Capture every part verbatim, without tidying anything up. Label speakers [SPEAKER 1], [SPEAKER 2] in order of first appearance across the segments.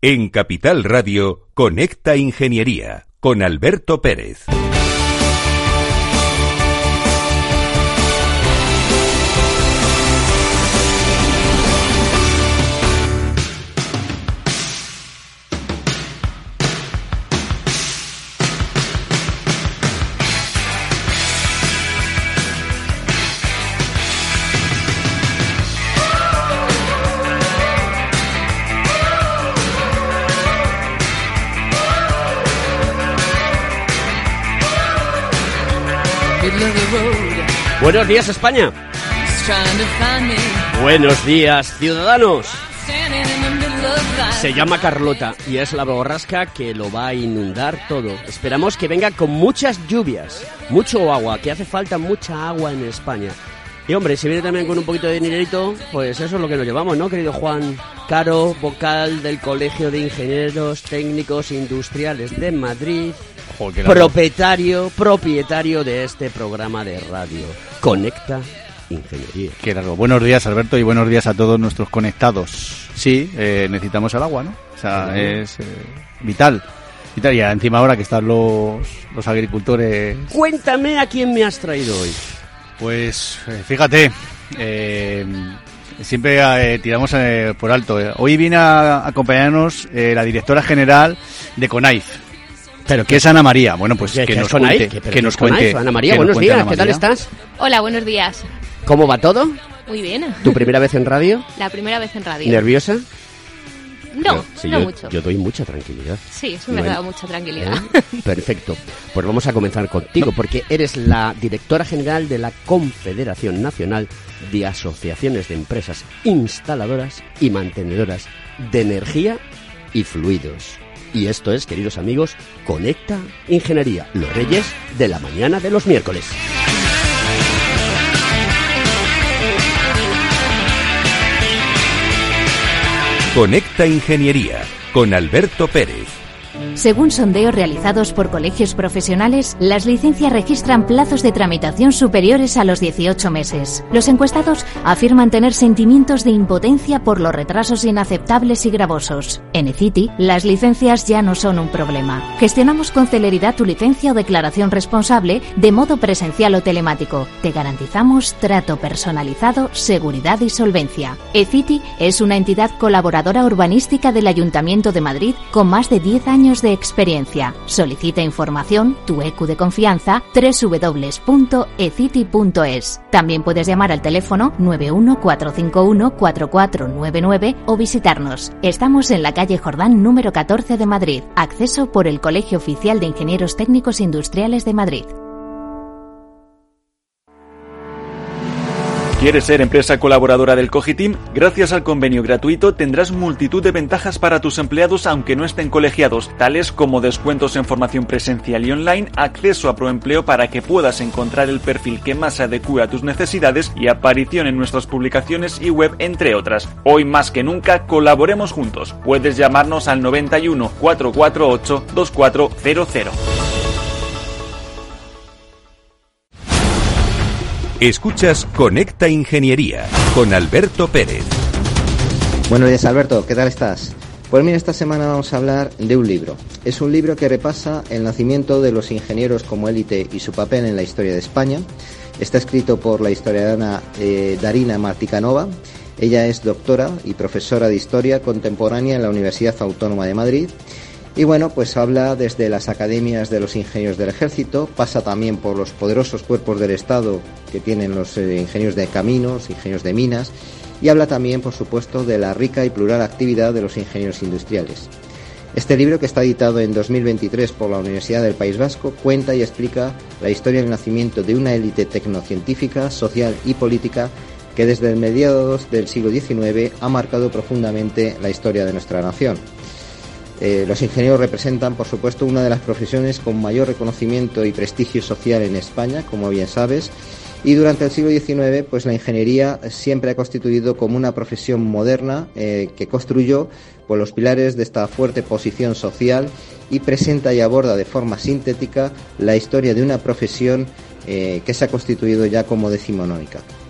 [SPEAKER 1] En Capital Radio, Conecta Ingeniería, con Alberto Pérez.
[SPEAKER 2] Buenos días, España. Buenos días, ciudadanos. Se llama Carlota y es la borrasca que lo va a inundar todo. Esperamos que venga con muchas lluvias, mucho agua, que hace falta mucha agua en España. Y hombre, si viene también con un poquito de dinerito, pues eso es lo que nos llevamos, ¿no, querido Juan Caro, vocal del Colegio de Ingenieros Técnicos Industriales de Madrid? Ojo, propietario, propietario de este programa de radio, Conecta Ingeniería.
[SPEAKER 3] Qué largo. Buenos días, Alberto, y buenos días a todos nuestros conectados. Sí, eh, necesitamos el agua, ¿no? O sea, sí, es eh, vital. vital. Y encima ahora que están los, los agricultores...
[SPEAKER 2] Cuéntame a quién me has traído hoy.
[SPEAKER 3] Pues, eh, fíjate, eh, siempre eh, tiramos eh, por alto. Hoy viene a acompañarnos eh, la directora general de CONAIF.
[SPEAKER 2] ¿Pero
[SPEAKER 3] qué es Ana María? Bueno, pues que nos cuente. Que nos cuente.
[SPEAKER 2] Ana María, buenos días, ¿qué tal estás?
[SPEAKER 4] Hola, buenos días.
[SPEAKER 2] ¿Cómo va todo?
[SPEAKER 4] Muy bien.
[SPEAKER 2] ¿Tu primera vez en radio?
[SPEAKER 4] La primera vez en radio.
[SPEAKER 2] ¿Nerviosa?
[SPEAKER 4] No,
[SPEAKER 2] yo, sí,
[SPEAKER 4] no
[SPEAKER 2] yo,
[SPEAKER 4] mucho.
[SPEAKER 2] Yo doy mucha tranquilidad.
[SPEAKER 4] Sí, eso me
[SPEAKER 2] no
[SPEAKER 4] ha
[SPEAKER 2] hay...
[SPEAKER 4] dado mucha tranquilidad.
[SPEAKER 2] ¿Eh? Perfecto. Pues vamos a comenzar contigo, no. porque eres la directora general de la Confederación Nacional de Asociaciones de Empresas Instaladoras y Mantenedoras de Energía y Fluidos. Y esto es, queridos amigos, Conecta Ingeniería, los reyes de la mañana de los miércoles.
[SPEAKER 1] Conecta Ingeniería, con Alberto Pérez.
[SPEAKER 5] Según sondeos realizados por colegios profesionales, las licencias registran plazos de tramitación superiores a los dieciocho meses. Los encuestados afirman tener sentimientos de impotencia por los retrasos inaceptables y gravosos. En eCity, las licencias ya no son un problema. Gestionamos con celeridad tu licencia o declaración responsable de modo presencial o telemático. Te garantizamos trato personalizado, seguridad y solvencia. eCity es una entidad colaboradora urbanística del Ayuntamiento de Madrid con más de diez años de experiencia. Solicita información, tu E Q de confianza, doble u doble u doble u punto e city punto es. También puedes llamar al teléfono nueve uno cuatro cinco uno cuatro cuatro nueve nueve o visitarnos. Estamos en la calle Jordán número catorce de Madrid. Acceso por el Colegio Oficial de Ingenieros Técnicos Industriales de Madrid.
[SPEAKER 6] ¿Quieres ser empresa colaboradora del Cogitim? Gracias al convenio gratuito tendrás multitud de ventajas para tus empleados aunque no estén colegiados, tales como descuentos en formación presencial y online, acceso a Proempleo para que puedas encontrar el perfil que más se adecue a tus necesidades y aparición en nuestras publicaciones y web, entre otras. Hoy más que nunca, colaboremos juntos. Puedes llamarnos al noventa y uno, cuatrocientos cuarenta y ocho, veinticuatro cero cero.
[SPEAKER 1] Escuchas Conecta Ingeniería con Alberto Pérez.
[SPEAKER 7] Buenos días, Alberto, ¿qué tal estás? Pues mira, esta semana vamos a hablar de un libro. Es un libro que repasa el nacimiento de los ingenieros como élite y su papel en la historia de España. Está escrito por la historiadora eh, Darina Martikanova. Ella es doctora y profesora de Historia Contemporánea en la Universidad Autónoma de Madrid. Y bueno, pues habla desde las academias de los ingenieros del ejército, pasa también por los poderosos cuerpos del Estado que tienen los eh, ingenieros de caminos, ingenieros de minas, y habla también, por supuesto, de la rica y plural actividad de los ingenieros industriales. Este libro, que está editado en dos mil veintitrés por la Universidad del País Vasco, cuenta y explica la historia del nacimiento de una élite tecnocientífica, social y política que desde mediados del siglo diecinueve ha marcado profundamente la historia de nuestra nación. Eh, los ingenieros representan, por supuesto, una de las profesiones con mayor reconocimiento y prestigio social en España, como bien sabes, y durante el siglo diecinueve, pues la ingeniería siempre ha constituido como una profesión moderna eh, que construyó pues, los pilares de esta fuerte posición social y presenta y aborda de forma sintética la historia de una profesión eh, que se ha constituido ya como decimonónica.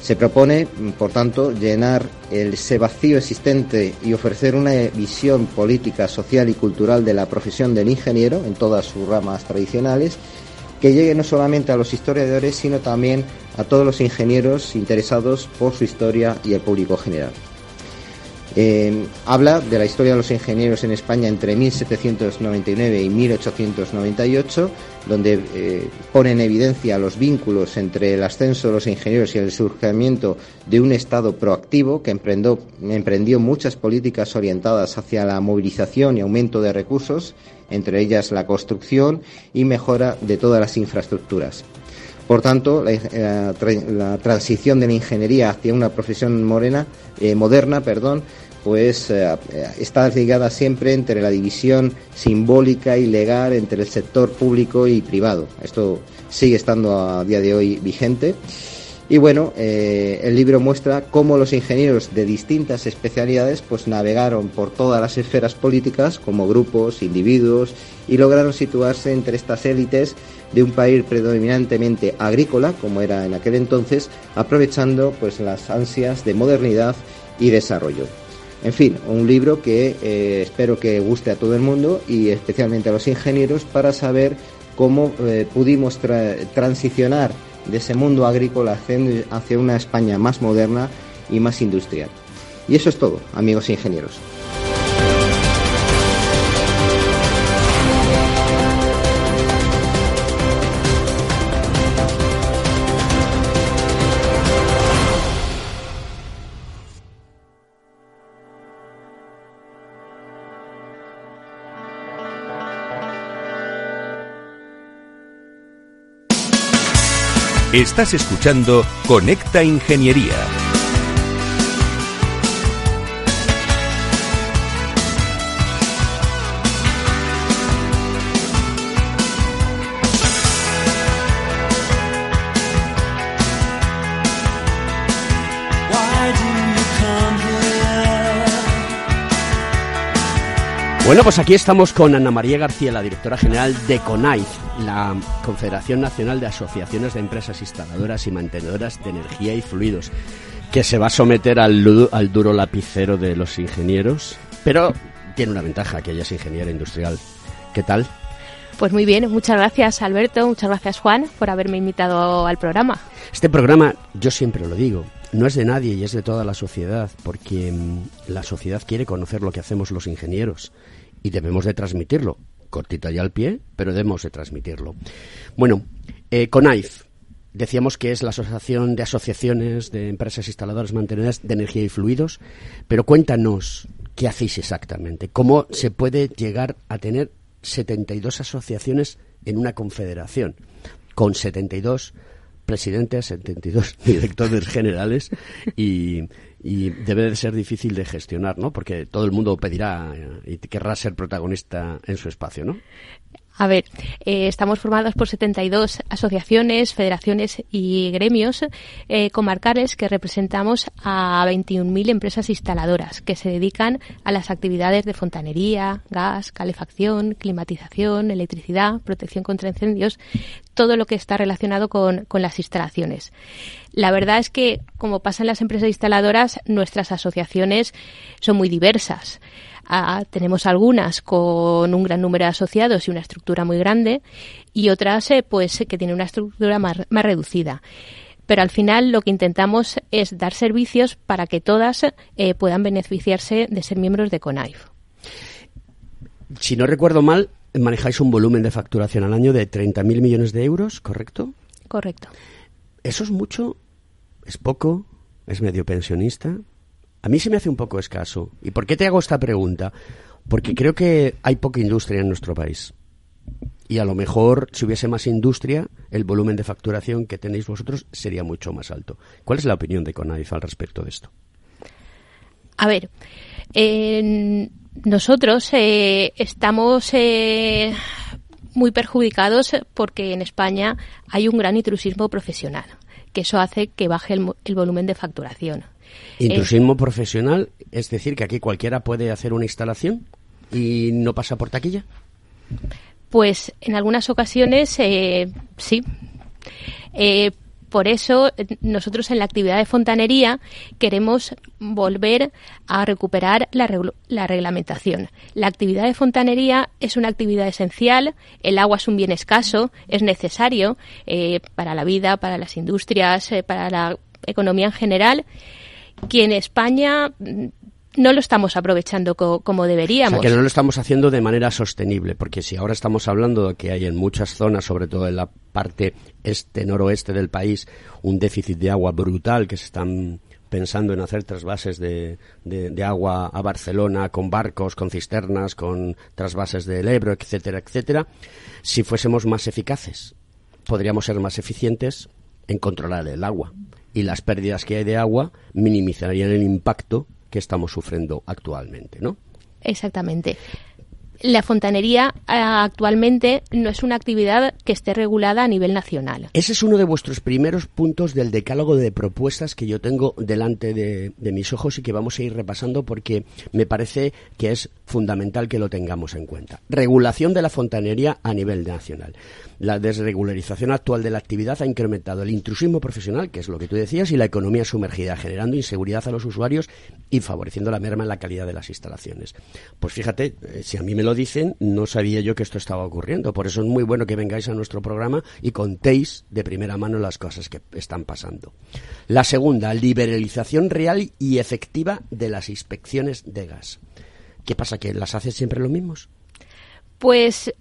[SPEAKER 7] Se propone, por tanto, llenar ese vacío existente y ofrecer una visión política, social y cultural de la profesión del ingeniero en todas sus ramas tradicionales, que llegue no solamente a los historiadores, sino también a todos los ingenieros interesados por su historia y el público general. Eh, habla de la historia de los ingenieros en España entre mil setecientos noventa y nueve y mil ochocientos noventa y ocho, donde eh, pone en evidencia los vínculos entre el ascenso de los ingenieros y el surgimiento de un Estado proactivo que emprendió, emprendió muchas políticas orientadas hacia la movilización y aumento de recursos, entre ellas la construcción y mejora de todas las infraestructuras. Por tanto, la, la, la transición de la ingeniería hacia una profesión morena, eh, moderna, perdón, pues eh, está ligada siempre entre la división simbólica y legal entre el sector público y privado. Esto sigue estando a día de hoy vigente. Y bueno, eh, el libro muestra cómo los ingenieros de distintas especialidades pues navegaron por todas las esferas políticas como grupos, individuos, y lograron situarse entre estas élites de un país predominantemente agrícola, como era en aquel entonces, aprovechando pues las ansias de modernidad y desarrollo. En fin, un libro que eh, espero que guste a todo el mundo y especialmente a los ingenieros para saber cómo eh, pudimos tra- transicionar de ese mundo agrícola hacia una España más moderna y más industrial. Y eso es todo, amigos ingenieros.
[SPEAKER 1] Estás escuchando Conecta Ingeniería.
[SPEAKER 2] Bueno, pues aquí estamos con Ana María García, la directora general de CONAIF, la Confederación Nacional de Asociaciones de Empresas Instaladoras y Mantenedoras de Energía y Fluidos, que se va a someter al, al duro lapicero de los ingenieros, pero tiene una ventaja, que ella es ingeniera industrial. ¿Qué tal?
[SPEAKER 4] Pues muy bien, muchas gracias Alberto, muchas gracias Juan por haberme invitado al programa.
[SPEAKER 2] Este programa, yo siempre lo digo, no es de nadie y es de toda la sociedad, porque mmm, la sociedad quiere conocer lo que hacemos los ingenieros y debemos de transmitirlo. Cortita ya al pie, pero debemos de transmitirlo. Bueno, eh, CONAIF, decíamos que es la Asociación de Asociaciones de Empresas Instaladoras Mantenedoras de Energía y Fluidos, pero cuéntanos, ¿qué hacéis exactamente? ¿Cómo se puede llegar a tener setenta y dos asociaciones en una confederación, con setenta y dos presidentes, setenta y dos directores generales y, y debe de ser difícil de gestionar, ¿no? Porque todo el mundo pedirá y querrá ser protagonista en su espacio, ¿no?
[SPEAKER 4] A ver, eh, estamos formados por setenta y dos asociaciones, federaciones y gremios eh, comarcales que representamos a veintiún mil empresas instaladoras que se dedican a las actividades de fontanería, gas, calefacción, climatización, electricidad, protección contra incendios, todo lo que está relacionado con, con las instalaciones. La verdad es que, como pasa en las empresas instaladoras, nuestras asociaciones son muy diversas. Ah, tenemos algunas con un gran número de asociados y una estructura muy grande y otras eh, pues que tienen una estructura más, más reducida. Pero al final lo que intentamos es dar servicios para que todas eh, puedan beneficiarse de ser miembros de CONAIF.
[SPEAKER 2] Si no recuerdo mal, manejáis un volumen de facturación al año de treinta mil millones de euros, ¿correcto?
[SPEAKER 4] Correcto.
[SPEAKER 2] ¿Eso es mucho? ¿Es poco? ¿Es medio pensionista? A mí se me hace un poco escaso. ¿Y por qué te hago esta pregunta? Porque creo que hay poca industria en nuestro país. Y a lo mejor, si hubiese más industria, el volumen de facturación que tenéis vosotros sería mucho más alto. ¿Cuál es la opinión de CONAIF al respecto de esto?
[SPEAKER 4] A ver, eh, nosotros eh, estamos eh, muy perjudicados porque en España hay un gran intrusismo profesional, que eso hace que baje el, el volumen de facturación.
[SPEAKER 2] ¿Intrusismo eh, profesional? Es decir, que aquí cualquiera puede hacer una instalación y no pasa por taquilla.
[SPEAKER 4] Pues en algunas ocasiones eh, sí. Eh, Por eso, nosotros en la actividad de fontanería queremos volver a recuperar la, regl- la reglamentación. La actividad de fontanería es una actividad esencial, el agua es un bien escaso, es necesario eh, para la vida, para las industrias, eh, para la economía en general, que en España no lo estamos aprovechando co- como deberíamos.
[SPEAKER 2] O sea, que no lo estamos haciendo de manera sostenible, porque si ahora estamos hablando de que hay en muchas zonas, sobre todo en la parte este-noroeste del país, un déficit de agua brutal, que se están pensando en hacer trasvases de, de, de agua a Barcelona con barcos, con cisternas, con trasvases del Ebro, etcétera, etcétera, si fuésemos más eficaces, podríamos ser más eficientes en controlar el agua. Y las pérdidas que hay de agua minimizarían el impacto que estamos sufriendo actualmente, ¿no?
[SPEAKER 4] Exactamente. La fontanería eh, actualmente no es una actividad que esté regulada a nivel nacional.
[SPEAKER 2] Ese es uno de vuestros primeros puntos del decálogo de propuestas que yo tengo delante de, de mis ojos y que vamos a ir repasando porque me parece que es fundamental que lo tengamos en cuenta. Regulación de la fontanería a nivel nacional. La desregularización actual de la actividad ha incrementado el intrusismo profesional, que es lo que tú decías, y la economía sumergida, generando inseguridad a los usuarios y favoreciendo la merma en la calidad de las instalaciones. Pues fíjate, eh, si a mí me lo dicen, no sabía yo que esto estaba ocurriendo. Por eso es muy bueno que vengáis a nuestro programa y contéis de primera mano las cosas que están pasando. La segunda, liberalización real y efectiva de las inspecciones de gas. ¿Qué pasa? ¿Que las hace siempre los mismos?
[SPEAKER 4] Pues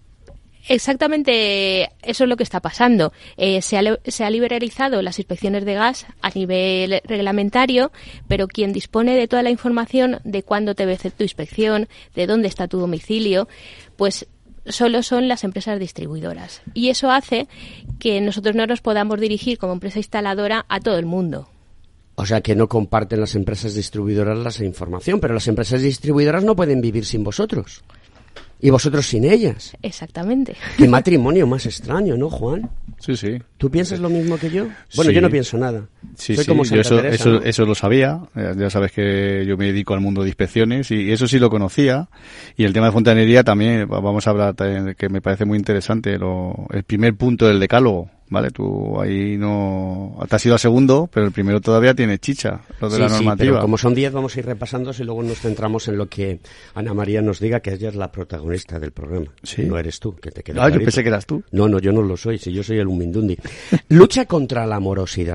[SPEAKER 4] exactamente eso es lo que está pasando. Eh, se, ha, se ha liberalizado las inspecciones de gas a nivel reglamentario, pero quien dispone de toda la información de cuándo te vence tu inspección, de dónde está tu domicilio, pues solo son las empresas distribuidoras. Y eso hace que nosotros no nos podamos dirigir como empresa instaladora a todo el mundo.
[SPEAKER 2] O sea, que no comparten las empresas distribuidoras la información, pero las empresas distribuidoras no pueden vivir sin vosotros. Y vosotros sin ellas.
[SPEAKER 4] Exactamente.
[SPEAKER 2] Qué matrimonio más extraño, ¿no, Juan?
[SPEAKER 3] Sí, sí.
[SPEAKER 2] ¿Tú piensas lo mismo que yo? Bueno,
[SPEAKER 3] Sí.
[SPEAKER 2] yo no pienso nada.
[SPEAKER 3] Sí,
[SPEAKER 2] Soy
[SPEAKER 3] sí,
[SPEAKER 2] como
[SPEAKER 3] yo
[SPEAKER 2] Santa
[SPEAKER 3] eso,
[SPEAKER 2] Teresa,
[SPEAKER 3] eso,
[SPEAKER 2] ¿no?
[SPEAKER 3] eso lo sabía. Eh, Ya sabes que yo me dedico al mundo de inspecciones y eso sí lo conocía. Y el tema de fontanería también, vamos a hablar también, de que me parece muy interesante. Lo, el primer punto del decálogo, ¿vale? Tú ahí no... Te has ido al segundo, pero el primero todavía tiene chicha, lo de
[SPEAKER 2] Sí,
[SPEAKER 3] la
[SPEAKER 2] sí,
[SPEAKER 3] normativa.
[SPEAKER 2] pero como son diez vamos a ir repasando y luego nos centramos en lo que Ana María nos diga, que ella es la protagonista del programa.
[SPEAKER 3] Sí.
[SPEAKER 2] No eres tú, que te queda
[SPEAKER 3] Ah, yo
[SPEAKER 2] clarito.
[SPEAKER 3] pensé que eras tú.
[SPEAKER 2] No, no, yo no lo soy, si yo soy el Mindundi. Lucha contra la morosidad.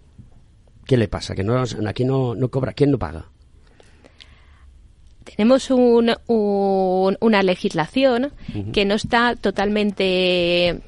[SPEAKER 2] ¿Qué le pasa? Que no, aquí no, no cobra. ¿Quién no paga?
[SPEAKER 4] Tenemos un, un, una legislación uh-huh. que no está totalmente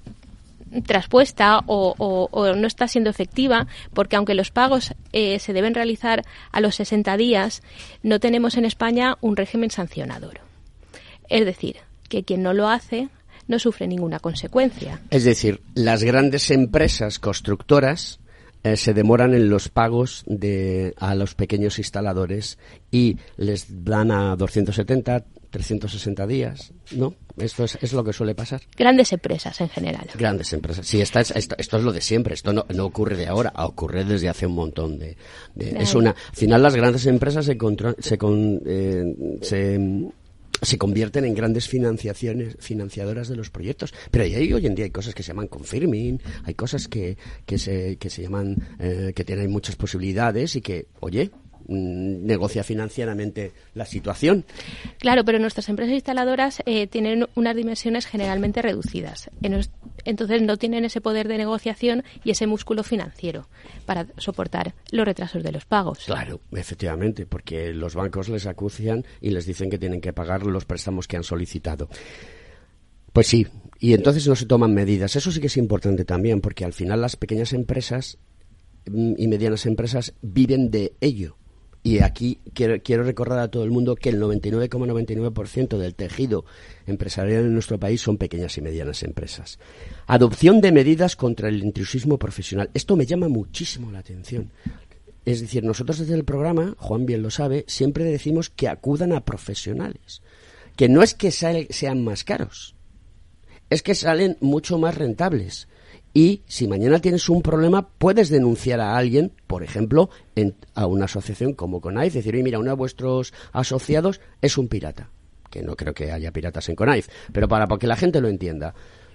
[SPEAKER 4] traspuesta o, o, o no está siendo efectiva, porque aunque los pagos eh, se deben realizar a los sesenta días, no tenemos en España un régimen sancionador. Es decir, que quien no lo hace no sufre ninguna consecuencia.
[SPEAKER 2] Es decir, las grandes empresas constructoras eh, se demoran en los pagos de a los pequeños instaladores y les dan a doscientos setenta, trescientos sesenta días, ¿no? Esto es, es lo que suele pasar.
[SPEAKER 4] Grandes empresas en general.
[SPEAKER 2] Grandes empresas. Sí, esta es, esto, esto es lo de siempre. Esto no, no ocurre de ahora, ocurre desde hace un montón de... de es una, al final las grandes empresas se, contro, se, con, eh, se se convierten en grandes financiaciones financiadoras de los proyectos, pero ahí hoy en día hay cosas que se llaman confirming, hay cosas que que se que se llaman eh, que tienen muchas posibilidades y que, oye, mmm, negocia financieramente la situación.
[SPEAKER 4] Claro, pero nuestras empresas instaladoras eh, tienen unas dimensiones generalmente reducidas. Entonces no tienen ese poder de negociación y ese músculo financiero para soportar los retrasos de los pagos.
[SPEAKER 2] Claro, efectivamente, porque los bancos les acucian y les dicen que tienen que pagar los préstamos que han solicitado. Pues sí, y entonces no se toman medidas. Eso sí que es importante también, porque al final las pequeñas empresas y medianas empresas viven de ello. Y aquí quiero, quiero recordar a todo el mundo que el noventa y nueve coma noventa y nueve por ciento del tejido empresarial en nuestro país son pequeñas y medianas empresas. Adopción de medidas contra el intrusismo profesional. Esto me llama muchísimo la atención. Es decir, nosotros desde el programa, Juan bien lo sabe, siempre decimos que acudan a profesionales. Que no es que sale, sean más caros, es que salen mucho más rentables. Y si mañana tienes un problema, puedes denunciar a alguien, por ejemplo, en, a una asociación como CONAIF, decir, oye, mira, uno de vuestros asociados es un pirata. Que no creo que haya piratas en CONAIF, pero para, para que la gente lo entienda.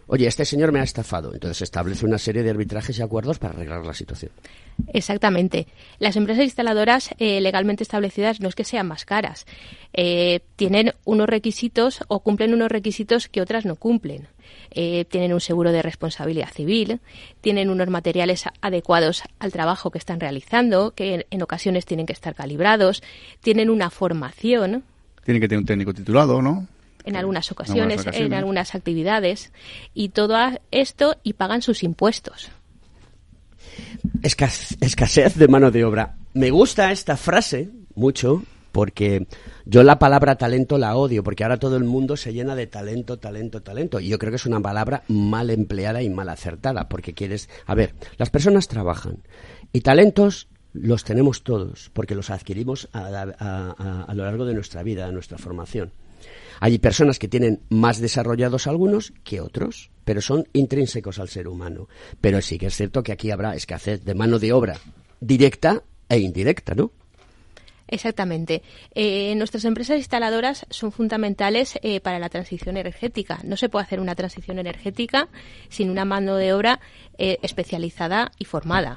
[SPEAKER 2] Oye, este señor me ha estafado. Entonces se establece una serie de arbitrajes y acuerdos para arreglar la situación.
[SPEAKER 4] Exactamente. Las empresas instaladoras eh, legalmente establecidas no es que sean más caras. Eh, tienen unos requisitos o cumplen unos requisitos que otras no cumplen. Eh, tienen un seguro de responsabilidad civil, tienen unos materiales adecuados al trabajo que están realizando, que en, en ocasiones tienen que estar calibrados, tienen una formación.
[SPEAKER 3] Tienen que tener un técnico titulado, ¿no?
[SPEAKER 4] En algunas ocasiones, en algunas,
[SPEAKER 3] ocasiones.
[SPEAKER 4] en algunas actividades, y todo esto y pagan sus impuestos.
[SPEAKER 2] Escasez, escasez de mano de obra. Me gusta esta frase mucho porque yo la palabra talento la odio, porque ahora todo el mundo se llena de talento, talento, talento. Y yo creo que es una palabra mal empleada y mal acertada, porque quieres... A ver, las personas trabajan y talentos los tenemos todos, porque los adquirimos a, a, a, a lo largo de nuestra vida, de nuestra formación. Hay personas que tienen más desarrollados algunos que otros, pero son intrínsecos al ser humano. Pero sí que es cierto que aquí habrá escasez de mano de obra directa e indirecta, ¿no?
[SPEAKER 4] Exactamente. Eh, nuestras empresas instaladoras son fundamentales eh, para la transición energética. No se puede hacer una transición energética sin una mano de obra eh, especializada y formada.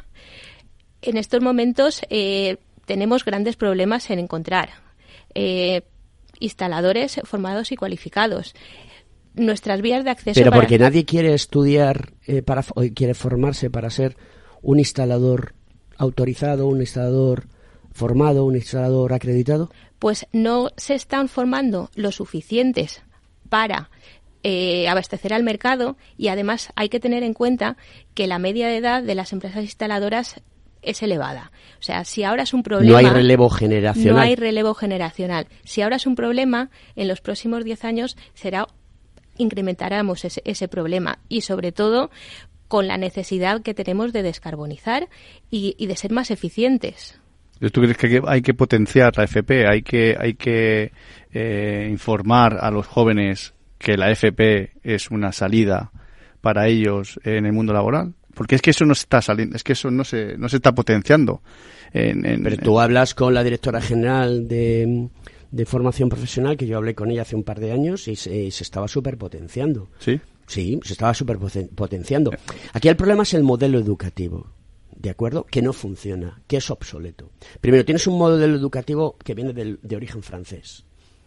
[SPEAKER 4] En estos momentos eh, tenemos grandes problemas en encontrar eh, instaladores formados y cualificados. Nuestras vías de acceso...
[SPEAKER 2] Pero
[SPEAKER 4] para...
[SPEAKER 2] porque nadie quiere estudiar, eh, para o quiere formarse para ser un instalador autorizado, un instalador formado, un instalador acreditado.
[SPEAKER 4] Pues no se están formando lo suficientes para eh, abastecer al mercado, y además hay que tener en cuenta que la media de edad de las empresas instaladoras es elevada. O sea, si ahora es un problema...
[SPEAKER 2] No hay relevo generacional.
[SPEAKER 4] No hay relevo generacional. Si ahora es un problema, en los próximos diez años será incrementaremos ese, ese problema, y sobre todo con la necesidad que tenemos de descarbonizar y, y de ser más eficientes.
[SPEAKER 3] ¿Tú crees que hay que potenciar la F P? ¿Hay que, hay que eh, informar a los jóvenes que la F P es una salida para ellos en el mundo laboral? Porque es que eso no está saliendo, es que eso no se no se está potenciando. En, en,
[SPEAKER 2] Pero tú hablas con la directora general de, de formación profesional, que yo hablé con ella hace un par de años, y se, y se estaba súper potenciando.
[SPEAKER 3] ¿Sí?
[SPEAKER 2] Sí, se estaba súper potenciando. Aquí el problema es el modelo educativo, ¿de acuerdo? Que no funciona, que es obsoleto. Primero, tienes un modelo educativo que viene del, de origen francés,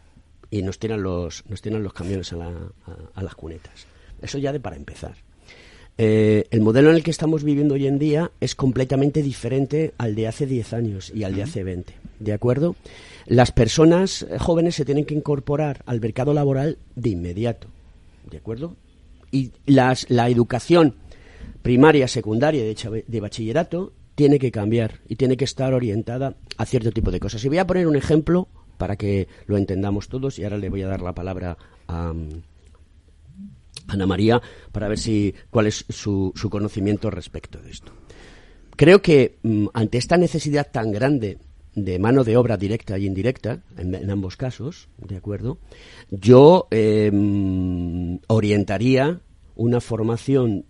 [SPEAKER 2] y nos tiran los, nos tiran los camiones a, la, a, a las cunetas. Eso ya de para empezar. Eh, el modelo en el que estamos viviendo hoy en día es completamente diferente al de hace diez años y al de hace veinte, ¿de acuerdo? Las personas jóvenes se tienen que incorporar al mercado laboral de inmediato, ¿de acuerdo? Y las, la educación primaria, secundaria y de, de bachillerato tiene que cambiar y tiene que estar orientada a cierto tipo de cosas. Y voy a poner un ejemplo para que lo entendamos todos, y ahora le voy a dar la palabra a Ana María para ver si cuál es su, su conocimiento respecto de esto. Creo que mm, ante esta necesidad tan grande de mano de obra directa y indirecta, en, en ambos casos, ¿de acuerdo? Yo eh, orientaría una formación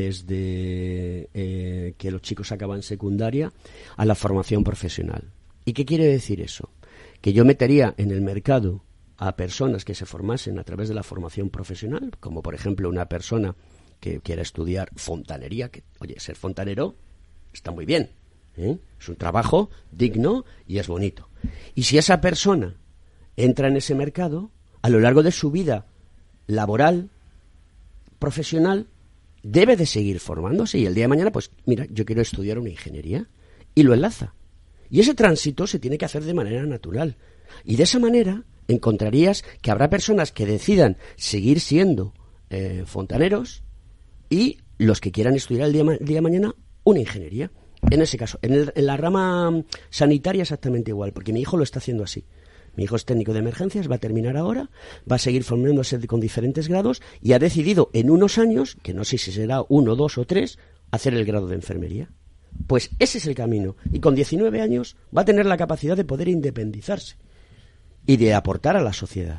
[SPEAKER 2] desde eh, que los chicos acaban secundaria a la formación profesional. ¿Y qué quiere decir eso? Que yo metería en el mercado a personas que se formasen a través de la formación profesional, como por ejemplo una persona que quiera estudiar fontanería, que, oye, ser fontanero está muy bien, ¿eh? Es un trabajo digno y es bonito. Y si esa persona entra en ese mercado, a lo largo de su vida laboral, profesional, debe de seguir formándose, y el día de mañana, pues mira, yo quiero estudiar una ingeniería, y lo enlaza. Y ese tránsito se tiene que hacer de manera natural. Y de esa manera encontrarías que habrá personas que decidan seguir siendo eh, fontaneros, y los que quieran estudiar el día, el día de mañana una ingeniería. En ese caso, en, el, en la rama sanitaria exactamente igual, porque mi hijo lo está haciendo así. Mi hijo es técnico de emergencias, va a terminar ahora, va a seguir formándose con diferentes grados, y ha decidido en unos años, que no sé si será uno, dos o tres, hacer el grado de enfermería. Pues ese es el camino, y con diecinueve años va a tener la capacidad de poder independizarse y de aportar a la sociedad.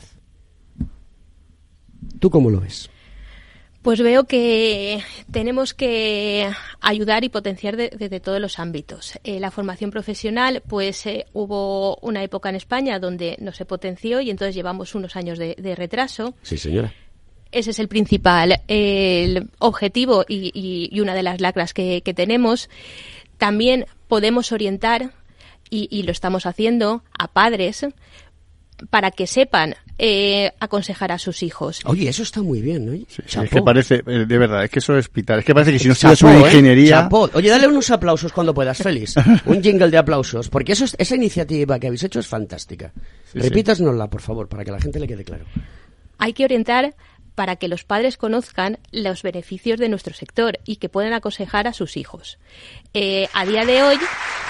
[SPEAKER 2] ¿Tú cómo lo ves?
[SPEAKER 4] Pues veo que tenemos que ayudar y potenciar desde de, de todos los ámbitos. Eh, la formación profesional, pues eh, hubo una época en España donde no se potenció, y entonces llevamos unos años de, de retraso.
[SPEAKER 2] Sí, señora.
[SPEAKER 4] Ese es el principal eh, el objetivo y, y, y una de las lacras que, que tenemos. También podemos orientar, y, y lo estamos haciendo, a padres para que sepan eh, aconsejar a sus hijos.
[SPEAKER 2] Oye, eso está muy bien, ¿no?
[SPEAKER 3] Sí, sí, es que parece, de verdad, es que eso es vital. Es que parece que si no estudias
[SPEAKER 2] Chapó,
[SPEAKER 3] una
[SPEAKER 2] ¿eh?
[SPEAKER 3] ingeniería...
[SPEAKER 2] Chapó. Oye, dale unos aplausos cuando puedas, Félix. Un jingle de aplausos, porque eso es, esa iniciativa que habéis hecho es fantástica.
[SPEAKER 3] Sí,
[SPEAKER 2] Repítasnosla, por favor, para que a la gente le quede claro.
[SPEAKER 4] Hay que orientar para que los padres conozcan los beneficios de nuestro sector y que puedan aconsejar a sus hijos. Eh, a día de hoy...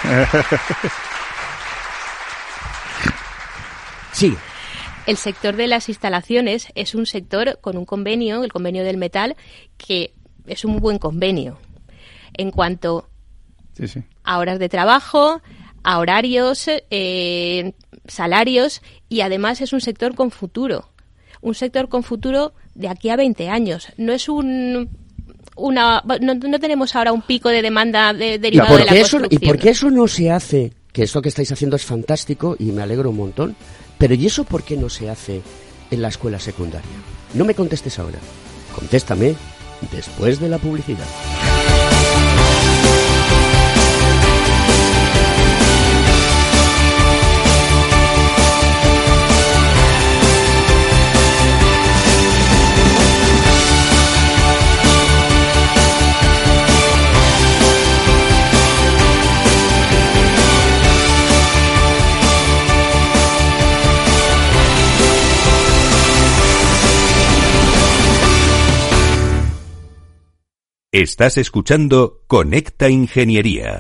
[SPEAKER 2] Sí.
[SPEAKER 4] El sector de las instalaciones es un sector con un convenio, el convenio del metal, que es un buen convenio en cuanto
[SPEAKER 3] sí, sí.
[SPEAKER 4] a horas de trabajo, a horarios, eh, salarios, y además es un sector con futuro. Un sector con futuro de aquí a veinte años. No es un... Una, no, no tenemos ahora un pico de demanda de, derivado
[SPEAKER 2] ¿Y
[SPEAKER 4] de la
[SPEAKER 2] eso,
[SPEAKER 4] construcción.
[SPEAKER 2] ¿Y por qué eso no se hace? Que esto que estáis haciendo es fantástico y me alegro un montón. Pero ¿y eso por qué no se hace en la escuela secundaria? No me contestes ahora. Contéstame después de la publicidad.
[SPEAKER 1] Estás escuchando Conecta Ingeniería.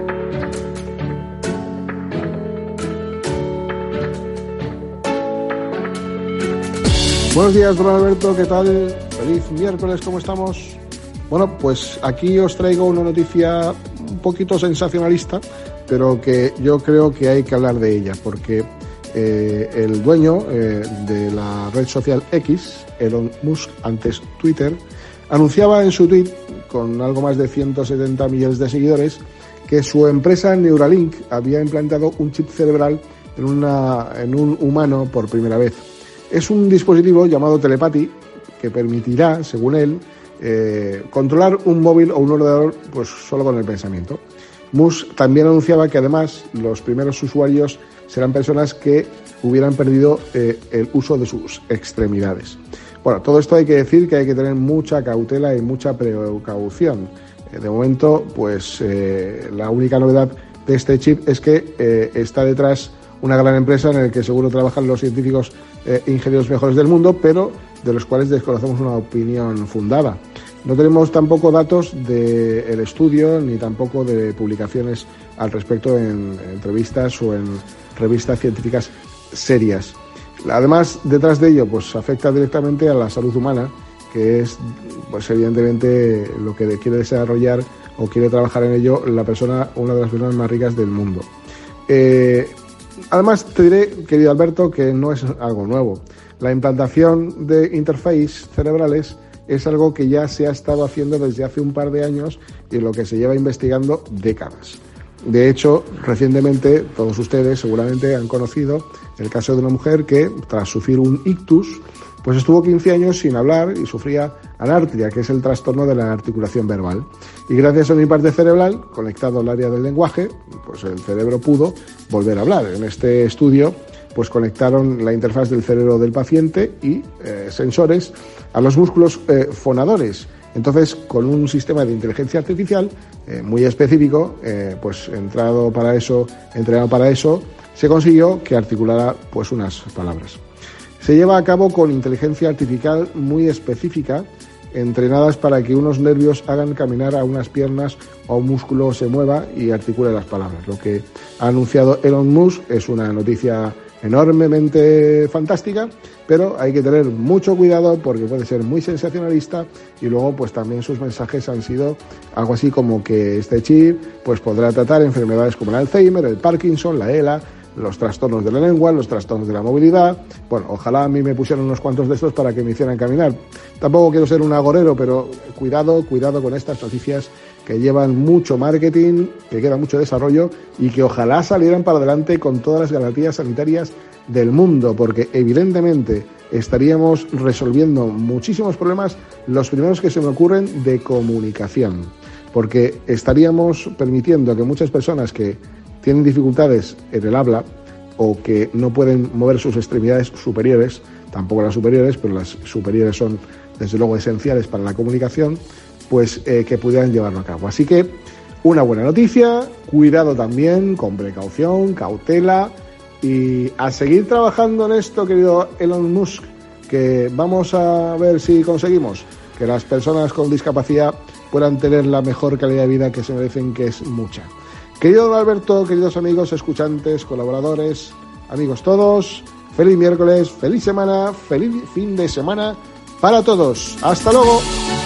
[SPEAKER 8] Buenos días, don Alberto, ¿qué tal? Feliz miércoles, ¿cómo estamos? Bueno, pues aquí os traigo una noticia un poquito sensacionalista, pero que yo creo que hay que hablar de ella, porque eh, el dueño eh, de la red social X, Elon Musk, antes Twitter, anunciaba en su tweet, con algo más de ciento setenta millones de seguidores, que su empresa Neuralink había implantado un chip cerebral en, una, en un humano por primera vez. Es un dispositivo llamado Telepathy que permitirá, según él, eh, controlar un móvil o un ordenador pues solo con el pensamiento. Musk también anunciaba que además los primeros usuarios serán personas que hubieran perdido eh, el uso de sus extremidades. Bueno, todo esto hay que decir que hay que tener mucha cautela y mucha precaución. Eh, de momento, pues eh, la única novedad de este chip es que eh, está detrás una gran empresa en la que seguro trabajan los científicos e eh, ingenieros mejores del mundo, pero de los cuales desconocemos una opinión fundada. No tenemos tampoco datos del estudio ni tampoco de publicaciones al respecto en entrevistas o en revistas científicas serias. Además, detrás de ello, pues afecta directamente a la salud humana, que es, pues evidentemente, lo que quiere desarrollar o quiere trabajar en ello la persona, una de las personas más ricas del mundo. Eh, además, te diré, querido Alberto, que no es algo nuevo. La implantación de interfaces cerebrales es algo que ya se ha estado haciendo desde hace un par de años y lo que se lleva investigando décadas. De hecho, recientemente, todos ustedes seguramente han conocido el caso de una mujer que, tras sufrir un ictus, pues estuvo quince años sin hablar y sufría anartria, que es el trastorno de la articulación verbal. Y gracias a un implante cerebral conectado al área del lenguaje, pues el cerebro pudo volver a hablar. En este estudio, pues conectaron la interfaz del cerebro del paciente y eh, sensores a los músculos eh, fonadores. Entonces, con un sistema de inteligencia artificial eh, muy específico, eh, pues entrado para eso, entrenado para eso, se consiguió que articulara pues unas palabras. Se lleva a cabo con inteligencia artificial muy específica, entrenadas para que unos nervios hagan caminar a unas piernas o un músculo se mueva y articule las palabras. Lo que ha anunciado Elon Musk es una noticia enormemente fantástica, pero hay que tener mucho cuidado porque puede ser muy sensacionalista y luego pues también sus mensajes han sido algo así como que este chip pues podrá tratar enfermedades como el Alzheimer, el Parkinson, la ELA, los trastornos de la lengua, los trastornos de la movilidad. Bueno, ojalá a mí me pusieran unos cuantos de estos para que me hicieran caminar. Tampoco quiero ser un agorero, pero cuidado, cuidado con estas noticias que llevan mucho marketing, que queda mucho desarrollo y que ojalá salieran para adelante con todas las garantías sanitarias del mundo, porque evidentemente estaríamos resolviendo muchísimos problemas, los primeros que se me ocurren de comunicación, porque estaríamos permitiendo que muchas personas que tienen dificultades en el habla o que no pueden mover sus extremidades superiores, tampoco las superiores, pero las superiores son desde luego esenciales para la comunicación, pues eh, que pudieran llevarlo a cabo. Así que una buena noticia, cuidado también, con precaución, cautela, y a seguir trabajando en esto, querido Elon Musk, que vamos a ver si conseguimos que las personas con discapacidad puedan tener la mejor calidad de vida que se merecen, que es mucha. Querido don Alberto, queridos amigos, escuchantes, colaboradores, amigos todos, feliz miércoles, feliz semana, feliz fin de semana para todos. ¡Hasta luego!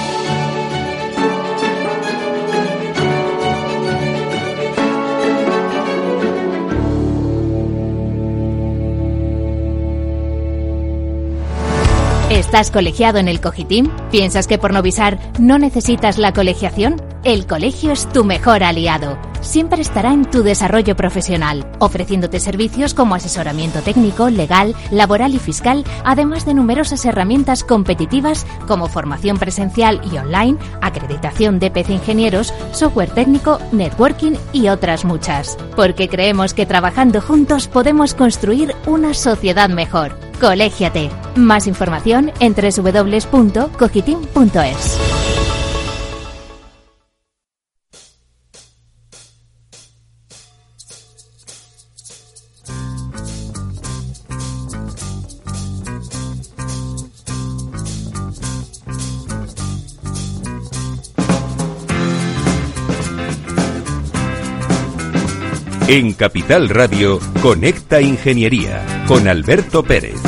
[SPEAKER 5] ¿Estás colegiado en el Cogitim? ¿Piensas que por Novisar no necesitas la colegiación? El colegio es tu mejor aliado. Siempre estará en tu desarrollo profesional, ofreciéndote servicios como asesoramiento técnico, legal, laboral y fiscal, además de numerosas herramientas competitivas como formación presencial y online, acreditación de P C ingenieros, software técnico, networking y otras muchas. Porque creemos que trabajando juntos podemos construir una sociedad mejor. Colégiate. Más información en doble u doble u doble u punto cogitim punto es.
[SPEAKER 1] En Capital Radio, Conecta Ingeniería, con Alberto Pérez.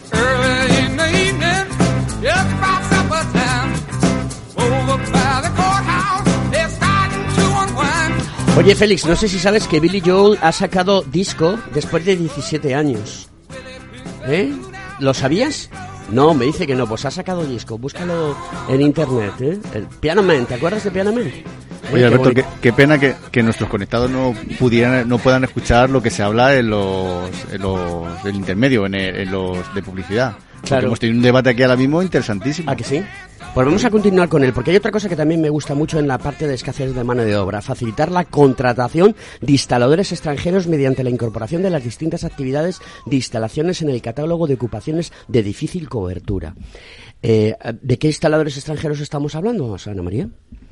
[SPEAKER 2] Oye, Félix, no sé si sabes que Billy Joel ha sacado disco después de diecisiete años. ¿Eh? ¿Lo sabías? No, me dice que no, pues ha sacado disco. Búscalo en internet, ¿eh? El Piano Man, ¿te acuerdas de Piano Man?
[SPEAKER 3] Oye, Alberto, qué, qué pena que, que nuestros conectados no pudieran, no puedan escuchar lo que se habla en los, en los del intermedio, en, el, en los de publicidad. Porque claro, hemos tenido un debate aquí ahora mismo interesantísimo.
[SPEAKER 2] ¿Ah, que sí? Pues vamos a continuar con él, porque hay otra cosa que también me gusta mucho en la parte de escasez de mano de obra: facilitar la contratación de instaladores extranjeros mediante la incorporación de las distintas actividades de instalaciones en el catálogo de ocupaciones de difícil cobertura. Eh, ¿De qué instaladores extranjeros estamos hablando, Ana María?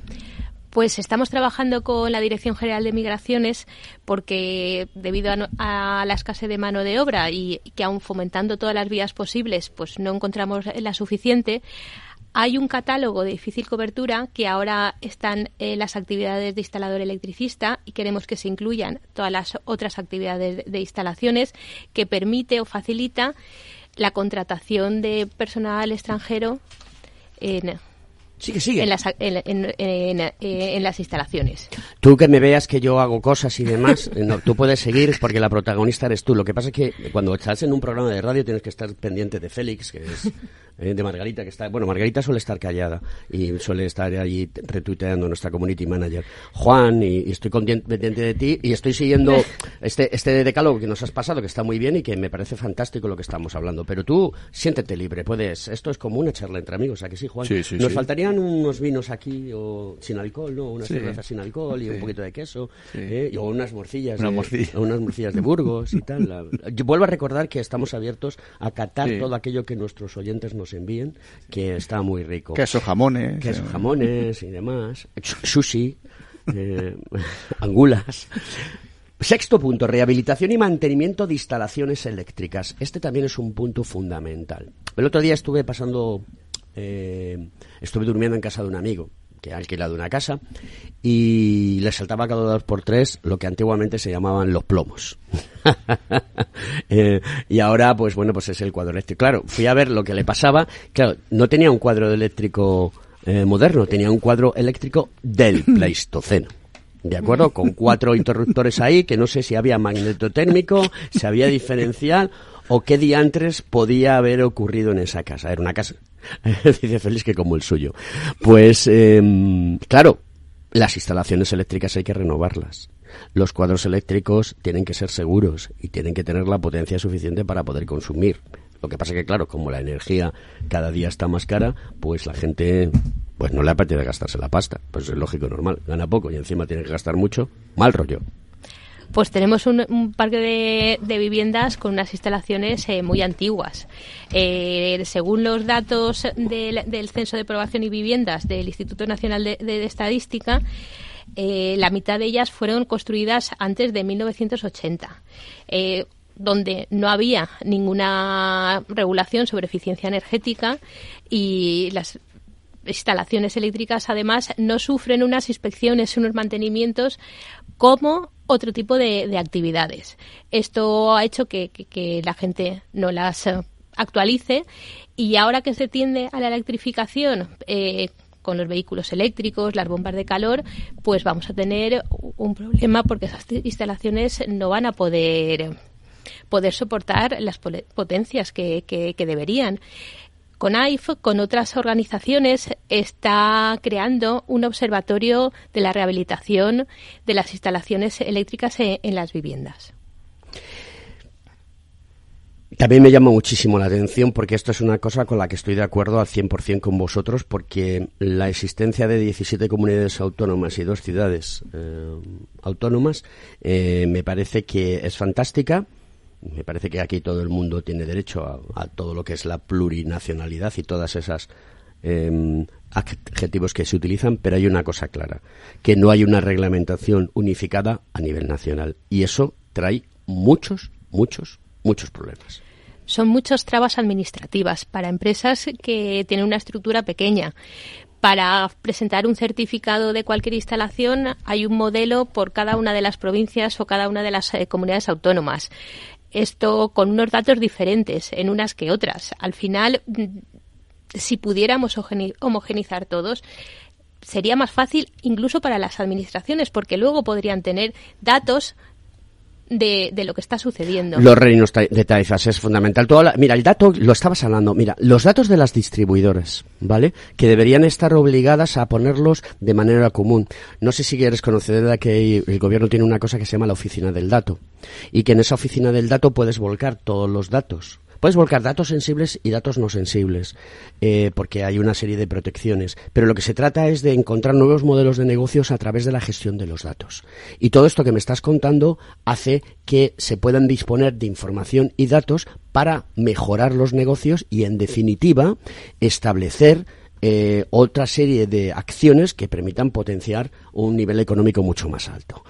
[SPEAKER 4] Pues estamos trabajando con la Dirección General de Migraciones porque debido a, no, a la escasez de mano de obra y que aún fomentando todas las vías posibles pues no encontramos la suficiente, hay un catálogo de difícil cobertura que ahora están eh, las actividades de instalador electricista y queremos que se incluyan todas las otras actividades de, de instalaciones, que permite o facilita la contratación de personal extranjero en...
[SPEAKER 2] Sigue, sigue.
[SPEAKER 4] En las, en, en, en, en las instalaciones.
[SPEAKER 2] Tú que me veas que yo hago cosas y demás, no, tú puedes seguir porque la protagonista eres tú. Lo que pasa es que cuando estás en un programa de radio tienes que estar pendiente de Félix, que es eh, de Margarita, que está... Bueno, Margarita suele estar callada y suele estar allí retuiteando, nuestra community manager. Juan, y, y estoy pendiente de ti y estoy siguiendo este, este decálogo que nos has pasado, que está muy bien y que me parece fantástico lo que estamos hablando. Pero tú, siéntete libre, puedes... Esto es como una charla entre amigos, ¿a que sí, Juan?
[SPEAKER 3] Sí, sí,
[SPEAKER 2] Nos
[SPEAKER 3] sí.
[SPEAKER 2] faltaría unos vinos aquí o sin alcohol, ¿no? Unas
[SPEAKER 3] sí,
[SPEAKER 2] cervezas sin alcohol y
[SPEAKER 3] sí,
[SPEAKER 2] un poquito de queso,
[SPEAKER 3] sí.
[SPEAKER 2] ¿eh? O unas morcillas,
[SPEAKER 3] Una
[SPEAKER 2] de,
[SPEAKER 3] morcilla.
[SPEAKER 2] o unas morcillas de Burgos y tal. La, yo vuelvo a recordar que estamos abiertos a catar
[SPEAKER 3] sí.
[SPEAKER 2] todo aquello que nuestros oyentes nos envíen, que está muy rico.
[SPEAKER 3] Queso, jamones.
[SPEAKER 2] Queso, jamones y demás. Sushi, eh, angulas. Sexto punto, rehabilitación y mantenimiento de instalaciones eléctricas. Este también es un punto fundamental. El otro día estuve pasando... Eh, estuve durmiendo en casa de un amigo que ha alquilado una casa y le saltaba cada dos por tres lo que antiguamente se llamaban los plomos. eh, y ahora pues bueno, pues es el cuadro eléctrico. Claro, fui a ver lo que le pasaba. Claro, no tenía un cuadro eléctrico eh, moderno, tenía un cuadro eléctrico del Pleistoceno. ¿De acuerdo? Con cuatro interruptores ahí, que no sé si había magnetotérmico, si había diferencial o qué diantres podía haber ocurrido en esa casa. Era una casa, dice Félix, que como el suyo. Pues, eh, claro, las instalaciones eléctricas hay que renovarlas. Los cuadros eléctricos tienen que ser seguros y tienen que tener la potencia suficiente para poder consumir. Lo que pasa que, claro, como la energía cada día está más cara, pues la gente pues no le apetece gastarse la pasta. Pues es lógico, normal. Gana poco y encima tiene que gastar mucho. Mal rollo.
[SPEAKER 4] Pues tenemos un, un parque de, de viviendas con unas instalaciones eh, muy antiguas. Eh, según los datos del, del Censo de Población y Viviendas del Instituto Nacional de, de Estadística, eh, la mitad de ellas fueron construidas antes de mil novecientos ochenta. Eh, donde no había ninguna regulación sobre eficiencia energética y las instalaciones eléctricas además no sufren unas inspecciones, unos mantenimientos como otro tipo de, de actividades. Esto ha hecho que, que, que la gente no las actualice y ahora que se tiende a la electrificación eh, con los vehículos eléctricos, las bombas de calor, pues vamos a tener un problema porque esas instalaciones no van a poder, poder soportar las potencias que, que, que deberían. CONAIF, con otras organizaciones, está creando un observatorio de la rehabilitación de las instalaciones eléctricas en, en las viviendas.
[SPEAKER 2] También me llama muchísimo la atención porque esto es una cosa con la que estoy de acuerdo al cien por ciento con vosotros, porque la existencia de diecisiete comunidades autónomas y dos ciudades eh, autónomas eh, me parece que es fantástica. Me parece que aquí todo el mundo tiene derecho a, a todo lo que es la plurinacionalidad y todas esas eh, adjetivos que se utilizan, pero hay una cosa clara, que no hay una reglamentación unificada a nivel nacional y eso trae muchos, muchos, muchos problemas.
[SPEAKER 4] Son muchas trabas administrativas para empresas que tienen una estructura pequeña. Para presentar un certificado de cualquier instalación hay un modelo por cada una de las provincias o cada una de las eh, comunidades autónomas. Esto con unos datos diferentes en unas que otras. Al final, si pudiéramos homogenizar todos, sería más fácil incluso para las administraciones, porque luego podrían tener datos de, de lo que está sucediendo.
[SPEAKER 2] Los reinos de taifas es fundamental. Toda la, mira, el dato, lo estabas hablando, mira, los datos de las distribuidoras, ¿vale? Que deberían estar obligadas a ponerlos de manera común. No sé si eres conocedora que el gobierno tiene una cosa que se llama la oficina del dato y que en esa oficina del dato puedes volcar todos los datos. Puedes volcar datos sensibles y datos no sensibles, eh, porque hay una serie de protecciones. Pero lo que se trata es de encontrar nuevos modelos de negocios a través de la gestión de los datos. Y todo esto que me estás contando hace que se puedan disponer de información y datos para mejorar los negocios y, en definitiva, establecer eh, otra serie de acciones que permitan potenciar un nivel económico mucho más alto.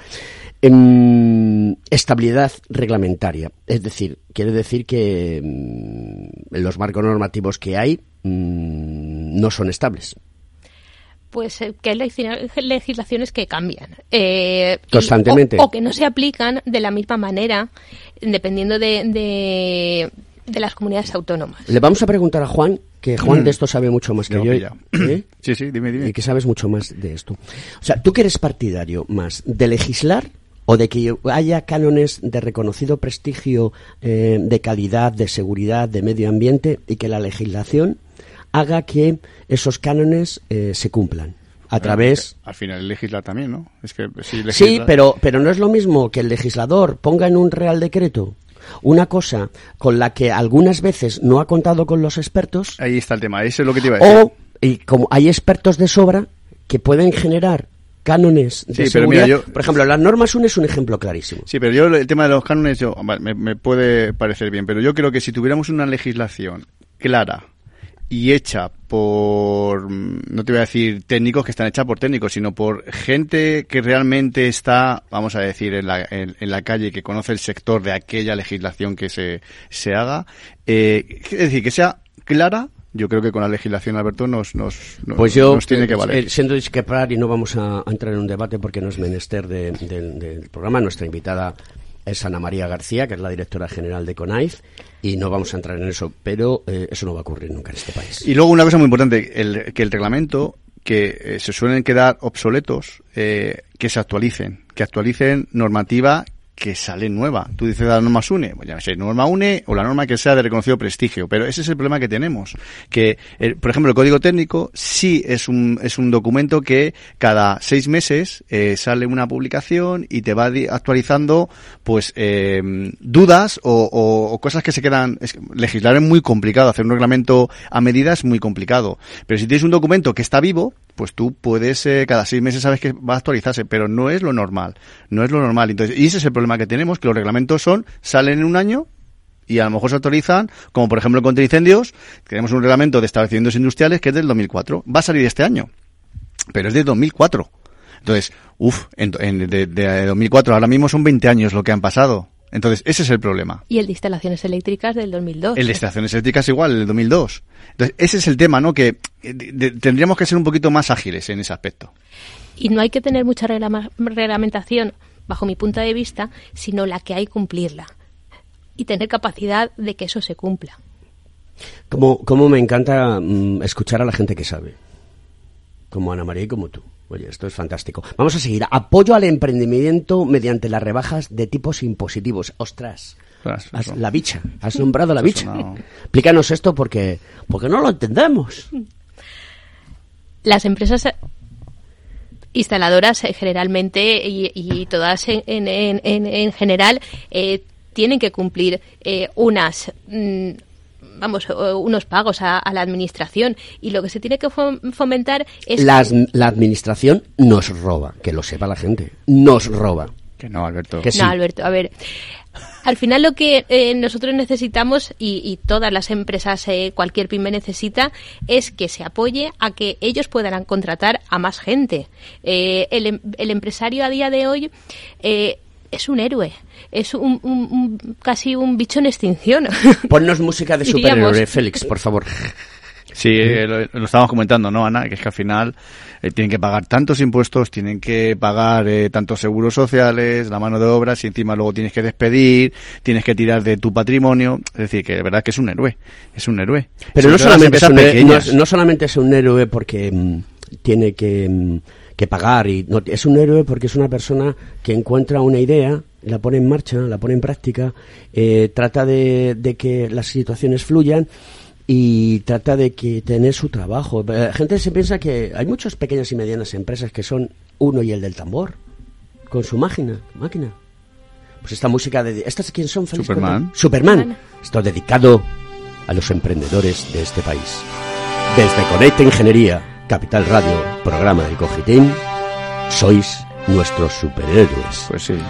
[SPEAKER 2] En estabilidad reglamentaria, es decir, quiere decir que mmm, los marcos normativos que hay mmm, no son estables.
[SPEAKER 4] Pues eh, que hay legislaciones que cambian eh,
[SPEAKER 2] constantemente
[SPEAKER 4] y, o, o que no se aplican de la misma manera dependiendo de, de, de las comunidades autónomas.
[SPEAKER 2] Le vamos a preguntar a Juan, que Juan mm. de esto sabe mucho más que
[SPEAKER 3] no,
[SPEAKER 2] yo.
[SPEAKER 3] ¿Eh? Sí, sí, dime, dime.
[SPEAKER 2] Y que sabes mucho más de esto. O sea, ¿tú que eres partidario más de legislar o de que haya cánones de reconocido prestigio, eh, de calidad, de seguridad, de medio ambiente, y que la legislación haga que esos cánones eh, se cumplan a bueno, través...
[SPEAKER 3] Al final legisla también, ¿no? Es que si legisla...
[SPEAKER 2] Sí, pero, pero no es lo mismo que el legislador ponga en un real decreto una cosa con la que algunas veces no ha contado con los expertos.
[SPEAKER 3] Ahí está el tema, eso es lo que te iba a decir.
[SPEAKER 2] O, y como hay expertos de sobra que pueden generar cánones de
[SPEAKER 3] sí,
[SPEAKER 2] seguridad.
[SPEAKER 3] Pero mira, yo,
[SPEAKER 2] por ejemplo, las normas U N E es un ejemplo clarísimo.
[SPEAKER 3] Sí, pero yo el tema de los cánones yo, me, me puede parecer bien, pero yo creo que si tuviéramos una legislación clara y hecha por, no te voy a decir técnicos que están hechas por técnicos, sino por gente que realmente está, vamos a decir, en la, en, en la calle, que conoce el sector de aquella legislación que se, se haga, eh, es decir, que sea clara. Yo creo que con la legislación, Alberto, nos, nos, nos,
[SPEAKER 2] pues yo,
[SPEAKER 3] nos tiene que valer.
[SPEAKER 2] Eh, siendo discrepar, y no vamos a, a entrar en un debate porque no es menester de, de, del programa, nuestra invitada es Ana María García, que es la directora general de CONAIF, y no vamos a entrar en eso, pero eh, eso no va a ocurrir nunca en este país.
[SPEAKER 3] Y luego una cosa muy importante, el, que el reglamento, que eh, se suelen quedar obsoletos, eh, que se actualicen, que actualicen normativa que sale nueva. Tú dices la norma SUNE, pues ya no sé, norma UNE o la norma que sea de reconocido prestigio, pero ese es el problema que tenemos, que el, por ejemplo el código técnico sí es un es un documento que cada seis meses eh, sale una publicación y te va actualizando pues eh, dudas o, o, o cosas que se quedan. Es, legislar es muy complicado, hacer un reglamento a medida es muy complicado, pero si tienes un documento que está vivo, pues tú puedes, eh, cada seis meses sabes que va a actualizarse, pero no es lo normal, no es lo normal. Entonces, y ese es el problema que tenemos, que los reglamentos son, salen en un año y a lo mejor se actualizan, como por ejemplo contra incendios, tenemos un reglamento de establecimientos industriales que es del dos mil cuatro, va a salir este año, pero es de dos mil cuatro. Entonces, uff, en, en, de, de dos mil cuatro ahora mismo son veinte años lo que han pasado. Entonces, ese es el problema.
[SPEAKER 4] Y el de instalaciones eléctricas del dos mil dos.
[SPEAKER 3] El de instalaciones eléctricas igual, el dos mil dos. Entonces, ese es el tema, ¿no? Que de, de, tendríamos que ser un poquito más ágiles en ese aspecto.
[SPEAKER 4] Y no hay que tener mucha reglama, reglamentación, bajo mi punto de vista, sino la que hay cumplirla. Y tener capacidad de que eso se cumpla.
[SPEAKER 2] Como, como me encanta mm, escuchar a la gente que sabe. Como Ana María y como tú. Oye, esto es fantástico. Vamos a seguir. Apoyo al emprendimiento mediante las rebajas de tipos impositivos. Ostras, has, la bicha. Has nombrado la bicha. No. Explícanos esto porque, porque no lo entendemos.
[SPEAKER 4] Las empresas instaladoras eh, generalmente y, y todas en, en, en, en general eh, tienen que cumplir eh, unas... Mm, vamos, unos pagos a, a la administración, y lo que se tiene que fomentar es...
[SPEAKER 2] La, la administración nos roba, que lo sepa la gente, nos roba.
[SPEAKER 3] Que no, Alberto.
[SPEAKER 4] Que sí. No, Alberto, a ver, al final lo que eh, nosotros necesitamos, y, y todas las empresas, eh, cualquier pyme necesita, es que se apoye a que ellos puedan contratar a más gente. Eh, el, el empresario a día de hoy... Eh, es un héroe, es un, un, un casi un bicho en extinción.
[SPEAKER 2] Ponnos música de superhéroe, Félix, por favor.
[SPEAKER 3] Sí, eh, lo, lo estábamos comentando, ¿no, Ana? Que es que al final eh, tienen que pagar tantos impuestos, tienen que pagar eh, tantos seguros sociales, la mano de obra, y encima luego tienes que despedir, tienes que tirar de tu patrimonio. Es decir, que de verdad que es un héroe, es un héroe.
[SPEAKER 2] Pero no solamente es, un héroe, no, no solamente es un héroe porque mmm, tiene que... Mmm, que pagar, y no, es un héroe porque es una persona que encuentra una idea, la pone en marcha, la pone en práctica, eh, trata de, de que las situaciones fluyan y trata de que tener su trabajo. La gente se piensa que hay muchas pequeñas y medianas empresas que son uno y el del tambor, con su máquina, máquina. Pues esta música de... ¿Estas quién son? Félix?
[SPEAKER 3] Superman.
[SPEAKER 2] Superman. Superman. Esto dedicado a los emprendedores de este país. Desde Conecta Ingeniería, Capital Radio, programa de Cogitim, sois nuestros superhéroes.
[SPEAKER 3] Pues sí.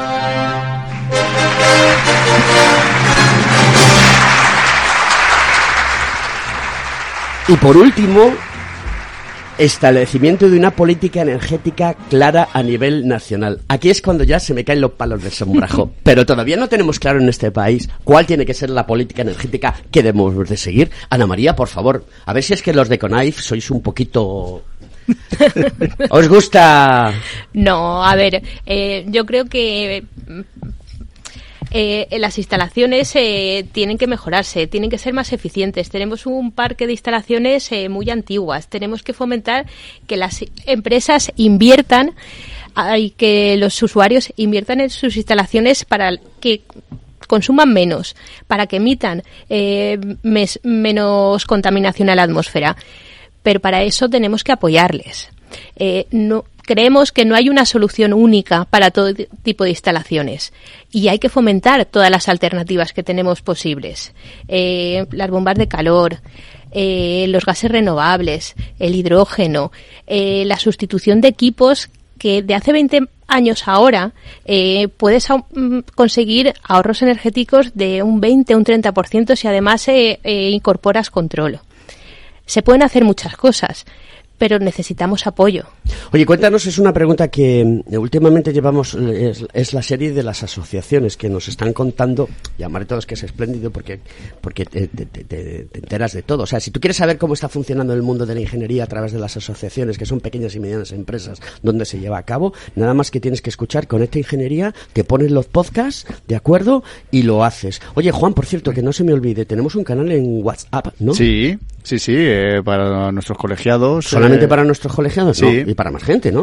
[SPEAKER 2] Y por último, establecimiento de una política energética clara a nivel nacional. Aquí es cuando ya se me caen los palos del sombrajo. Pero todavía no tenemos claro en este país cuál tiene que ser la política energética que debemos de seguir. Ana María, por favor, a ver si es que los de CONAIF sois un poquito... ¿Os gusta?
[SPEAKER 4] No, a ver, eh, yo creo que... Eh, las instalaciones eh, tienen que mejorarse, tienen que ser más eficientes. Tenemos un parque de instalaciones eh, muy antiguas. Tenemos que fomentar que las empresas inviertan y que los usuarios inviertan en sus instalaciones para que consuman menos, para que emitan eh, mes, menos contaminación a la atmósfera. Pero para eso tenemos que apoyarles. Eh, no Creemos que no hay una solución única para todo tipo de instalaciones y hay que fomentar todas las alternativas que tenemos posibles. Eh, las bombas de calor, eh, los gases renovables, el hidrógeno, eh, la sustitución de equipos que de hace veinte años ahora eh, puedes um, conseguir ahorros energéticos de un veinte o un treinta por ciento si además eh, eh, incorporas control. Se pueden hacer muchas cosas, pero necesitamos apoyo.
[SPEAKER 2] Oye, cuéntanos, es una pregunta que últimamente llevamos, es, es la serie de las asociaciones que nos están contando, y amar todos que es espléndido porque porque te, te, te, te enteras de todo. O sea, si tú quieres saber cómo está funcionando el mundo de la ingeniería a través de las asociaciones, que son pequeñas y medianas empresas donde se lleva a cabo, nada más que tienes que escuchar Conecta Ingeniería, te pones los podcasts, ¿de acuerdo? Y lo haces. Oye, Juan, por cierto, que no se me olvide, tenemos un canal en WhatsApp, ¿no?
[SPEAKER 3] Sí, sí, sí, eh, para nuestros colegiados.
[SPEAKER 2] ¿Solamente eh, para nuestros colegiados?
[SPEAKER 3] Sí.
[SPEAKER 2] No, y para más gente, ¿no?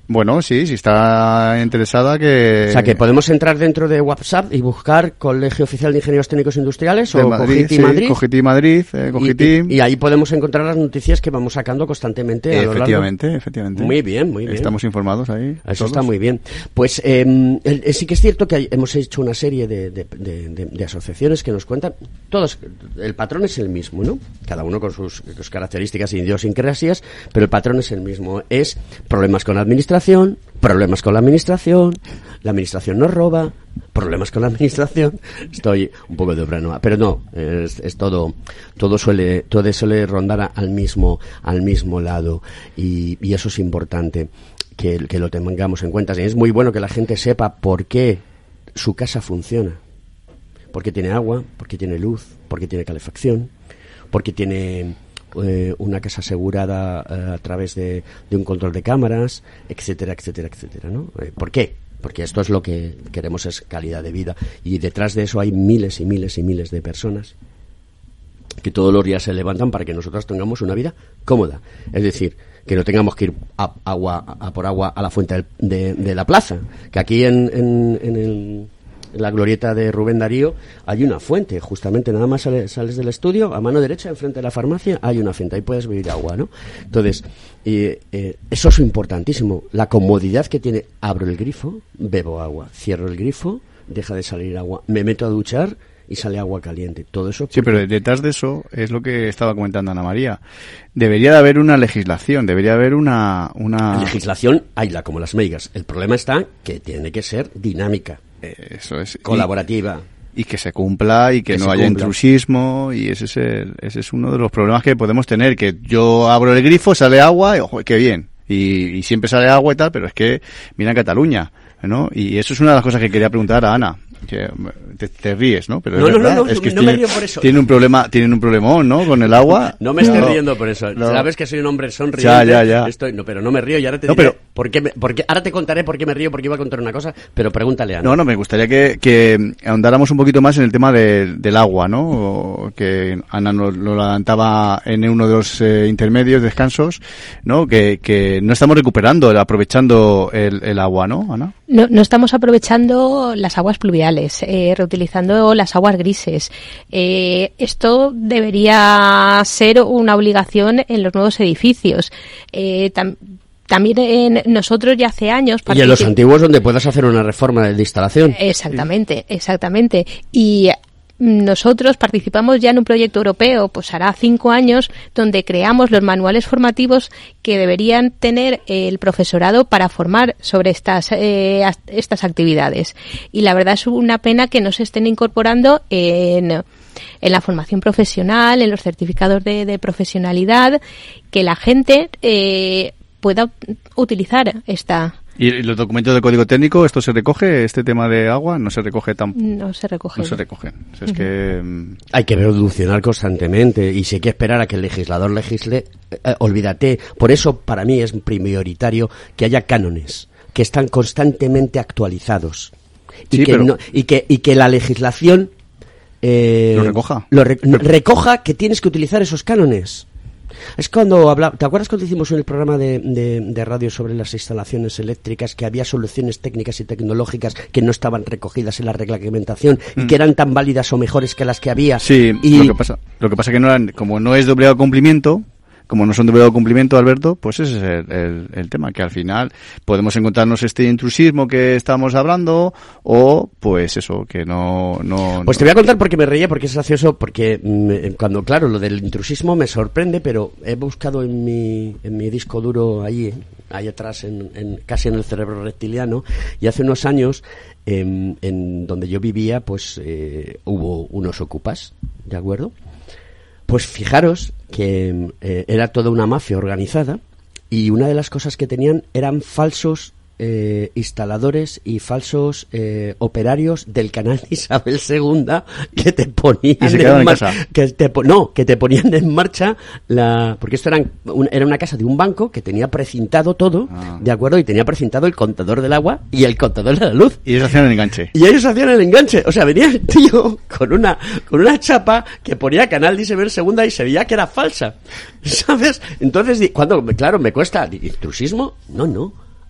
[SPEAKER 3] Bueno, sí, si está interesada que...
[SPEAKER 2] O sea, que podemos entrar dentro de WhatsApp y buscar Colegio Oficial de Ingenieros Técnicos Industriales
[SPEAKER 3] de
[SPEAKER 2] o
[SPEAKER 3] Madrid,
[SPEAKER 2] Cogiti
[SPEAKER 3] sí,
[SPEAKER 2] Madrid.
[SPEAKER 3] Cogiti Madrid, eh, Cogiti.
[SPEAKER 2] Y, y, y ahí podemos encontrar las noticias que vamos sacando constantemente a lo largo.
[SPEAKER 3] Efectivamente, efectivamente.
[SPEAKER 2] Muy bien, muy bien.
[SPEAKER 3] Estamos informados ahí.
[SPEAKER 2] Eso
[SPEAKER 3] todos.
[SPEAKER 2] está muy bien. Pues eh, el, el, sí que es cierto que hay, hemos hecho una serie de, de, de, de, de asociaciones que nos cuentan, todos, el patrón es el mismo, ¿no? Cada uno con sus, sus características e idiosincrasias, pero el patrón es el mismo. Es problemas con la administración, problemas con la administración, la administración nos roba, problemas con la administración. Estoy un poco de brano, pero no, es, es todo, todo suele, todo suele rondar a, al mismo, al mismo lado, y, y eso es importante que, que lo tengamos en cuenta. Y es muy bueno que la gente sepa por qué su casa funciona, porque tiene agua, porque tiene luz, porque tiene calefacción, porque tiene eh, una casa asegurada eh, a través de, de un control de cámaras, etcétera, etcétera, etcétera, ¿no? Eh, ¿Por qué? Porque esto es lo que queremos, es calidad de vida, y detrás de eso hay miles y miles y miles de personas que todos los días se levantan para que nosotros tengamos una vida cómoda. Es decir, que no tengamos que ir a, agua, a por agua a la fuente de, de la plaza, que aquí en, en, en, el, en la glorieta de Rubén Darío hay una fuente, justamente nada más sales, sales del estudio, a mano derecha, enfrente de la farmacia, hay una fuente, ahí puedes beber agua, ¿no? Entonces, eh, eh, eso es importantísimo, la comodidad que tiene, abro el grifo, bebo agua, cierro el grifo, deja de salir agua, me meto a duchar y sale agua caliente, todo eso.
[SPEAKER 3] Sí, pero detrás de eso es lo que estaba comentando Ana María. Debería de haber una legislación, debería haber una... una...
[SPEAKER 2] legislación, hayla como las meigas. El problema está que tiene que ser dinámica.
[SPEAKER 3] Eso es.
[SPEAKER 2] Colaborativa.
[SPEAKER 3] Y, y que se cumpla y que, que no haya cumpla. intrusismo, y ese es, el, ese es uno de los problemas que podemos tener, que yo abro el grifo, sale agua, y ojo, qué bien. Y, y siempre sale agua y tal, pero es que mira Cataluña, ¿no? Y eso es una de las cosas que quería preguntar a Ana. Que te, te ríes, ¿no? Pero
[SPEAKER 2] no,
[SPEAKER 3] es
[SPEAKER 2] no,
[SPEAKER 3] verdad,
[SPEAKER 2] no, no,
[SPEAKER 3] es que
[SPEAKER 2] no
[SPEAKER 3] tiene,
[SPEAKER 2] me río por eso.
[SPEAKER 3] Tiene un problema, tienen un problemón, ¿no? Con el agua.
[SPEAKER 2] No me estoy
[SPEAKER 3] no,
[SPEAKER 2] riendo por eso.
[SPEAKER 3] No.
[SPEAKER 2] Sabes que soy un hombre sonriente.
[SPEAKER 3] Ya, ya, ya.
[SPEAKER 2] Estoy, no, pero no me río y ahora te
[SPEAKER 3] no,
[SPEAKER 2] diré
[SPEAKER 3] pero,
[SPEAKER 2] por qué me, por qué, ahora te contaré por qué me río, porque iba a contar una cosa, pero pregúntale a Ana.
[SPEAKER 3] No, no, me gustaría que, que ahondáramos un poquito más en el tema de, del agua, ¿no? O que Ana lo, lo adelantaba en uno de los eh, intermedios, descansos, ¿no? Que, que no estamos recuperando, aprovechando el, el agua, ¿no, Ana?
[SPEAKER 4] No, no estamos aprovechando las aguas pluviales, eh, reutilizando las aguas grises. Eh, esto debería ser una obligación en los nuevos edificios. Eh, tam- También en nosotros ya hace años...
[SPEAKER 2] Y en los antiguos donde puedas hacer una reforma de instalación.
[SPEAKER 4] Exactamente, exactamente. Y nosotros participamos ya en un proyecto europeo, pues hará cinco años, donde creamos los manuales formativos que deberían tener el profesorado para formar sobre estas eh, estas actividades. Y la verdad es una pena que no se estén incorporando en, en la formación profesional, en los certificados de, de profesionalidad, que la gente eh, pueda utilizar esta...
[SPEAKER 3] ¿Y los documentos de código técnico, esto se recoge, este tema de agua? No se recoge tampoco.
[SPEAKER 4] No se recoge.
[SPEAKER 3] No se recogen. O sea, es uh-huh. que...
[SPEAKER 2] Hay que evolucionar constantemente, y si hay que esperar a que el legislador legisle, eh, olvídate. Por eso, para mí, es prioritario que haya cánones que están constantemente actualizados. Y,
[SPEAKER 3] sí,
[SPEAKER 2] que,
[SPEAKER 3] pero...
[SPEAKER 2] no, y, que, y que la legislación... Eh,
[SPEAKER 3] lo recoja.
[SPEAKER 2] Lo re- recoja que tienes que utilizar esos cánones. Es cuando habla, ¿te acuerdas cuando hicimos en el programa de, de, de radio sobre las instalaciones eléctricas que había soluciones técnicas y tecnológicas que no estaban recogidas en la reglamentación mm. y que eran tan válidas o mejores que las que había?
[SPEAKER 3] Sí,
[SPEAKER 2] y...
[SPEAKER 3] lo que pasa, lo que pasa que no eran, como no es de obligado cumplimiento, como no son de obligado cumplimiento, Alberto, pues ese es el, el, el tema, que al final podemos encontrarnos este intrusismo que estábamos hablando, o pues eso, que no... no
[SPEAKER 2] pues
[SPEAKER 3] no...
[SPEAKER 2] te voy a contar porque me reía, porque es gracioso, porque me, cuando, claro, lo del intrusismo me sorprende, pero he buscado en mi, en mi disco duro ahí, ahí atrás, en, en, casi en el cerebro reptiliano, y hace unos años, en, en donde yo vivía, pues eh, hubo unos ocupas, ¿de acuerdo? Pues fijaros que eh, era toda una mafia organizada, y una de las cosas que tenían eran falsos eh, instaladores y falsos eh, operarios del canal Isabel segunda que te ponían
[SPEAKER 3] y se
[SPEAKER 2] en,
[SPEAKER 3] en
[SPEAKER 2] mar-
[SPEAKER 3] casa.
[SPEAKER 2] que te no que te ponían en marcha la porque esto era, un, era una casa de un banco que tenía precintado todo, ah. de acuerdo, y tenía precintado el contador del agua y el contador de la luz,
[SPEAKER 3] y ellos hacían el enganche
[SPEAKER 2] y ellos hacían el enganche, o sea, venía el tío con una con una chapa que ponía canal Isabel segunda y se veía que era falsa, ¿sabes? Entonces, cuando, claro, me cuesta intrusismo, no, no.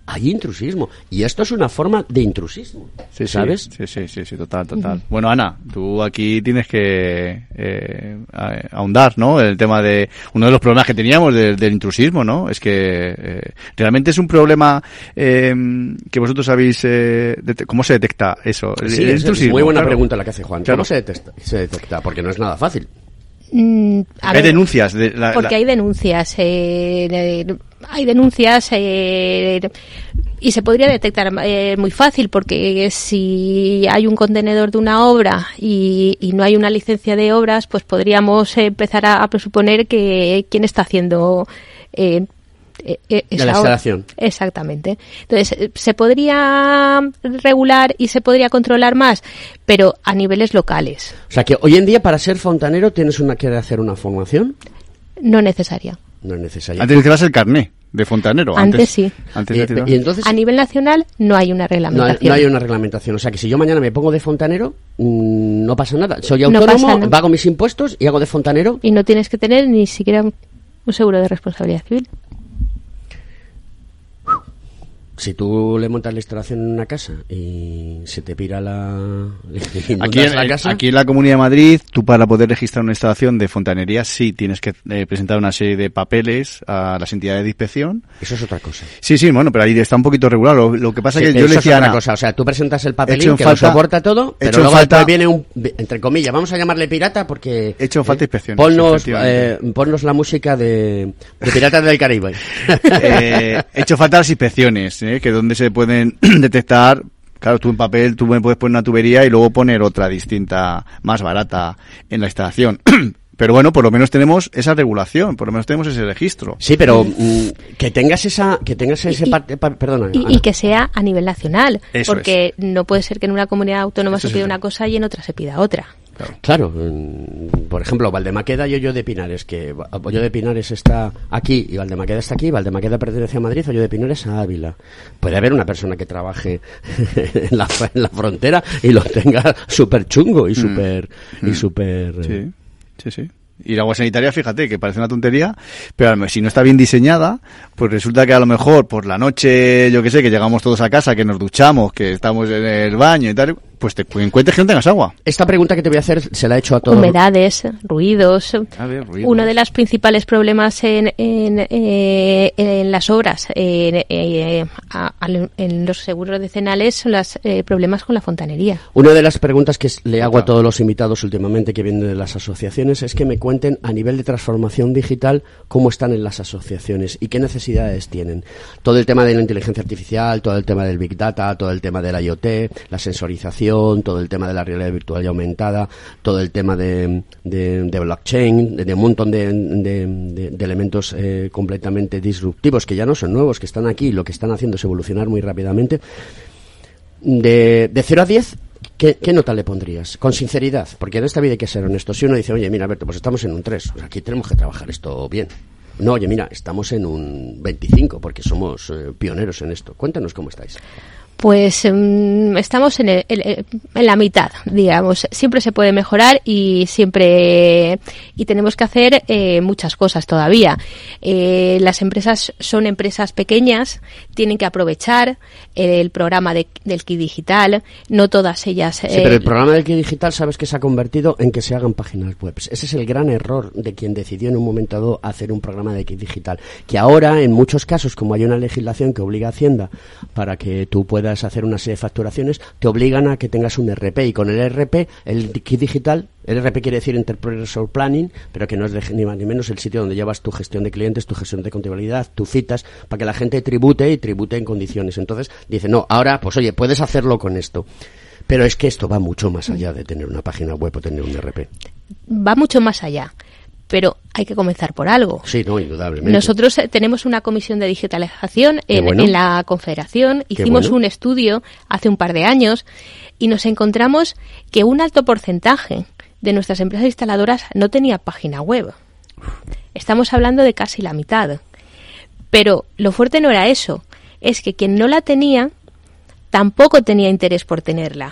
[SPEAKER 2] hay intrusismo. Y esto es una forma de intrusismo,
[SPEAKER 3] sí,
[SPEAKER 2] ¿sabes?
[SPEAKER 3] Sí, sí, sí, sí, total, total. Uh-huh. Bueno, Ana, tú aquí tienes que eh, ahondar, ¿no? El tema de uno de los problemas que teníamos de, del intrusismo, ¿no? Es que eh, realmente es un problema eh, que vosotros sabéis eh, de, cómo se detecta eso. El,
[SPEAKER 2] sí,
[SPEAKER 3] el
[SPEAKER 2] es,
[SPEAKER 3] intrusismo,
[SPEAKER 2] es muy buena
[SPEAKER 3] claro.
[SPEAKER 2] pregunta la que hace Juan.
[SPEAKER 3] Claro.
[SPEAKER 2] ¿Cómo se detecta? se detecta? Porque no es nada fácil.
[SPEAKER 4] Mm,
[SPEAKER 3] hay
[SPEAKER 4] ver,
[SPEAKER 3] denuncias. De la,
[SPEAKER 4] porque
[SPEAKER 3] la...
[SPEAKER 4] hay denuncias. Eh, de, hay denuncias eh, y se podría detectar eh, muy fácil, porque si hay un contenedor de una obra y, y no hay una licencia de obras, pues podríamos eh, empezar a, a presuponer que quién está haciendo eh, Eh,
[SPEAKER 2] de la instalación.
[SPEAKER 4] Obra. Exactamente. Entonces, se podría regular y se podría controlar más, pero a niveles locales.
[SPEAKER 2] O sea, que hoy en día para ser fontanero tienes una que hacer una formación.
[SPEAKER 4] No necesaria.
[SPEAKER 2] No es necesaria.
[SPEAKER 3] Antes necesitabas el carné de fontanero.
[SPEAKER 4] Antes,
[SPEAKER 3] antes
[SPEAKER 4] sí.
[SPEAKER 3] Antes
[SPEAKER 2] y, y entonces,
[SPEAKER 4] a nivel nacional no hay una reglamentación.
[SPEAKER 2] No hay, no hay una reglamentación. O sea, que si yo mañana me pongo de fontanero, mmm, no pasa nada. Soy autónomo, no pago mis impuestos y hago de fontanero.
[SPEAKER 4] Y no tienes que tener ni siquiera un seguro de responsabilidad civil.
[SPEAKER 2] Si tú le montas la instalación en una casa y se te pira la...
[SPEAKER 3] Aquí en,
[SPEAKER 2] la casa.
[SPEAKER 3] aquí en la Comunidad de Madrid, tú para poder registrar una instalación de fontanería sí tienes que eh, presentar una serie de papeles a las entidades de inspección.
[SPEAKER 2] Eso es otra cosa.
[SPEAKER 3] Sí, sí, bueno, pero ahí está un poquito regular. Lo, lo que pasa
[SPEAKER 2] sí,
[SPEAKER 3] es que yo
[SPEAKER 2] le decía
[SPEAKER 3] es otra
[SPEAKER 2] Ana, cosa. O sea, tú presentas el papelín que
[SPEAKER 3] falta,
[SPEAKER 2] lo soporta todo, pero luego
[SPEAKER 3] falta,
[SPEAKER 2] viene un, entre comillas, vamos a llamarle pirata porque...
[SPEAKER 3] He hecho falta
[SPEAKER 2] eh,
[SPEAKER 3] inspecciones.
[SPEAKER 2] Ponnos, eh, ponnos la música de, de Piratas del Caribe.
[SPEAKER 3] eh, he hecho falta las inspecciones, eh, que donde se pueden detectar. Claro, tú en papel, tú me puedes poner una tubería y luego poner otra distinta, más barata en la instalación. Pero bueno, por lo menos tenemos esa regulación, por lo menos tenemos ese registro.
[SPEAKER 2] Sí, pero mm, que tengas esa, que tengas ese
[SPEAKER 4] y,
[SPEAKER 2] parte, pa, perdona.
[SPEAKER 4] Y, y que sea a nivel nacional,
[SPEAKER 3] Eso
[SPEAKER 4] porque
[SPEAKER 3] es.
[SPEAKER 4] no puede ser que en una comunidad autónoma Eso se pida una cosa y en otra se pida otra.
[SPEAKER 2] Claro. claro, por ejemplo, Valdemaqueda y Hoyo de Pinares, que Hoyo de Pinares está aquí y Valdemaqueda está aquí, Valdemaqueda pertenece a Madrid, Hoyo de Pinares a Ávila. Puede haber una persona que trabaje en la, en la frontera y lo tenga súper chungo y súper... Mm. y súper
[SPEAKER 3] sí, eh... sí, sí. Y la agua sanitaria, fíjate, que parece una tontería, pero si no está bien diseñada, pues resulta que a lo mejor por la noche, yo que sé, que llegamos todos a casa, que nos duchamos, que estamos en el baño y tal, pues te encuentres que no tengas agua.
[SPEAKER 2] Esta pregunta que te voy a hacer se la he hecho a todos.
[SPEAKER 4] Humedades, ruidos.
[SPEAKER 3] A ver, ruidos.
[SPEAKER 4] Uno de los principales problemas en, en, eh, en las obras, eh, eh, a, a, en los seguros decenales, son los eh, problemas con la fontanería.
[SPEAKER 2] Una de las preguntas que le hago a todos los invitados últimamente que vienen de las asociaciones es que me cuenten a nivel de transformación digital cómo están en las asociaciones y qué necesidades tienen. Todo el tema de la inteligencia artificial, todo el tema del Big Data, todo el tema del IoT, la sensorización, todo el tema de la realidad virtual y aumentada, todo el tema de, de, de blockchain, de, de un montón de, de, de, de elementos eh, completamente disruptivos que ya no son nuevos, que están aquí y lo que están haciendo es evolucionar muy rápidamente. De, de cero a diez, ¿qué, ¿qué nota le pondrías? Con sinceridad, porque en esta vida hay que ser honesto. Si uno dice, oye, mira, Alberto, pues estamos en un tres, pues aquí tenemos que trabajar esto bien. No, oye, mira, estamos en un veinticinco porque somos eh, pioneros en esto. Cuéntanos cómo estáis.
[SPEAKER 4] Pues um, estamos en, el, en, en la mitad, digamos. Siempre se puede mejorar y siempre y tenemos que hacer eh, muchas cosas todavía. Eh, las empresas son empresas pequeñas, tienen que aprovechar el programa de, del Kit Digital. No todas ellas. Eh,
[SPEAKER 2] sí, pero el programa del Kit Digital, sabes que se ha convertido en que se hagan páginas web. Ese es el gran error de quien decidió en un momento dado hacer un programa de Kit Digital. Que ahora, en muchos casos, como hay una legislación que obliga a Hacienda para que tú puedas hacer una serie de facturaciones, te obligan a que tengas un R P y con el R P, el Kit Digital, el R P quiere decir Enterprise Resource Planning, pero que no es de, ni más ni menos el sitio donde llevas tu gestión de clientes, tu gestión de contabilidad, tus citas, para que la gente tribute y tribute en condiciones. Entonces, dice, no, ahora, pues oye, puedes hacerlo con esto. Pero es que esto va mucho más allá de tener una página web o tener un R P.
[SPEAKER 4] Va mucho más allá. Pero hay que comenzar por algo.
[SPEAKER 2] Sí, no, indudablemente.
[SPEAKER 4] Nosotros tenemos una comisión de digitalización en,
[SPEAKER 2] bueno.
[SPEAKER 4] en la Confederación. Hicimos bueno. un estudio hace un par de años y nos encontramos que un alto porcentaje de nuestras empresas instaladoras no tenía página web. Estamos hablando de casi la mitad. Pero lo fuerte no era eso. Es que quien no la tenía tampoco tenía interés por tenerla.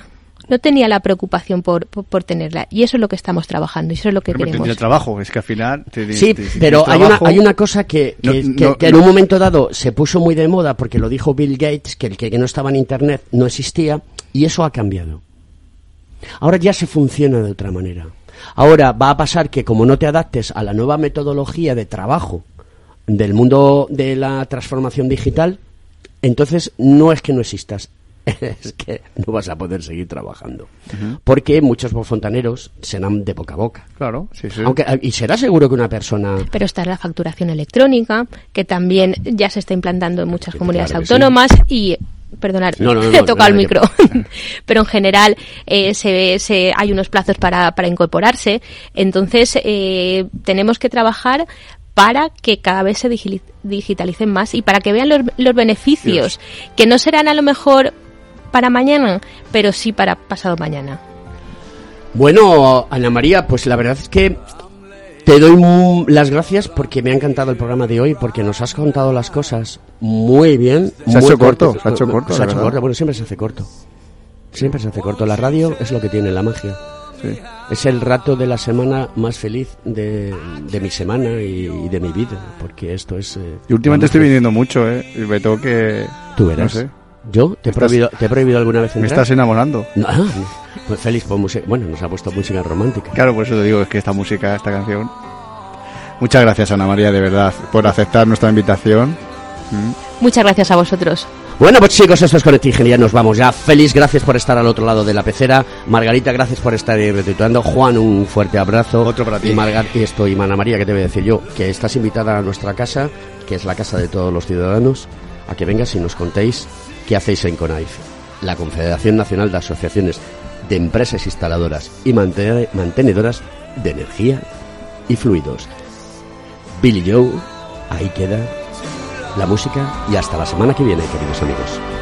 [SPEAKER 4] no tenía la preocupación por, por, por tenerla. Y eso es lo que estamos trabajando, y eso es lo que
[SPEAKER 3] pero
[SPEAKER 4] queremos.
[SPEAKER 3] Tendría trabajo, es que al final... Te,
[SPEAKER 2] sí,
[SPEAKER 3] te, si
[SPEAKER 2] pero hay
[SPEAKER 3] trabajo,
[SPEAKER 2] una, hay una cosa que, que,
[SPEAKER 3] no,
[SPEAKER 2] que,
[SPEAKER 3] no,
[SPEAKER 2] que en
[SPEAKER 3] no.
[SPEAKER 2] un momento dado se puso muy de moda, porque lo dijo Bill Gates, que el que no estaba en Internet no existía, y eso ha cambiado. Ahora ya se funciona de otra manera. Ahora va a pasar que como no te adaptes a la nueva metodología de trabajo del mundo de la transformación digital, entonces no es que no existas, es que no vas a poder seguir trabajando. Uh-huh. Porque muchos fontaneros serán de boca a boca.
[SPEAKER 3] Claro, sí, sí.
[SPEAKER 2] Aunque, y será seguro que una persona...
[SPEAKER 4] Pero está la facturación electrónica, que también ya se está implantando en muchas
[SPEAKER 2] Sí,
[SPEAKER 4] comunidades
[SPEAKER 2] claro que
[SPEAKER 4] autónomas, sí. Y... Perdonad,
[SPEAKER 2] no, no, no,
[SPEAKER 4] he tocado
[SPEAKER 2] no,
[SPEAKER 4] el micro. Pero en general eh, se, se, hay unos plazos para, para incorporarse. Entonces eh, tenemos que trabajar para que cada vez se digitalicen más y para que vean los, los beneficios, Dios. Que no serán a lo mejor para mañana, pero sí para pasado mañana.
[SPEAKER 2] Bueno, Ana María, pues la verdad es que te doy muy, las gracias porque me ha encantado el programa de hoy, porque nos has contado las cosas muy bien.
[SPEAKER 3] Se ha
[SPEAKER 2] muy
[SPEAKER 3] hecho corto,
[SPEAKER 2] corto,
[SPEAKER 3] se ha hecho corto.
[SPEAKER 2] Se ha hecho corto, bueno, siempre se hace corto. Siempre se hace corto. La radio es lo que tiene, la magia.
[SPEAKER 3] Sí.
[SPEAKER 2] Es el rato de la semana más feliz de, de mi semana y, y de mi vida, porque esto es... Eh,
[SPEAKER 3] y últimamente estoy viniendo mucho, ¿eh? Y me tengo que...
[SPEAKER 2] Tú verás.
[SPEAKER 3] No sé.
[SPEAKER 2] ¿Yo? ¿Te he, prohibido, ¿Te he prohibido alguna vez entrar?
[SPEAKER 3] Me estás enamorando.
[SPEAKER 2] No, ah, pues Félix, pues música, bueno, nos ha puesto música romántica.
[SPEAKER 3] Claro, por eso te digo, es que esta música, esta canción... Muchas gracias, Ana María, de verdad, por aceptar nuestra invitación. ¿Mm?
[SPEAKER 4] Muchas gracias a vosotros.
[SPEAKER 2] Bueno, pues chicos, esto es Conecta Ingeniería, nos vamos ya. Félix, gracias por estar al otro lado de la pecera. Margarita, gracias por estar ahí retuiteando. Juan, un fuerte abrazo.
[SPEAKER 3] Otro para ti.
[SPEAKER 2] Y, Margar y esto, y Ana María, que te voy a decir yo, que estás invitada a nuestra casa, que es la casa de todos los ciudadanos, a que vengas y nos contéis qué hacéis en CONAIF, la Confederación Nacional de Asociaciones de Empresas Instaladoras y Mantenedoras de Energía y Fluidos. Billy Joe, ahí queda la música y hasta la semana que viene, queridos amigos.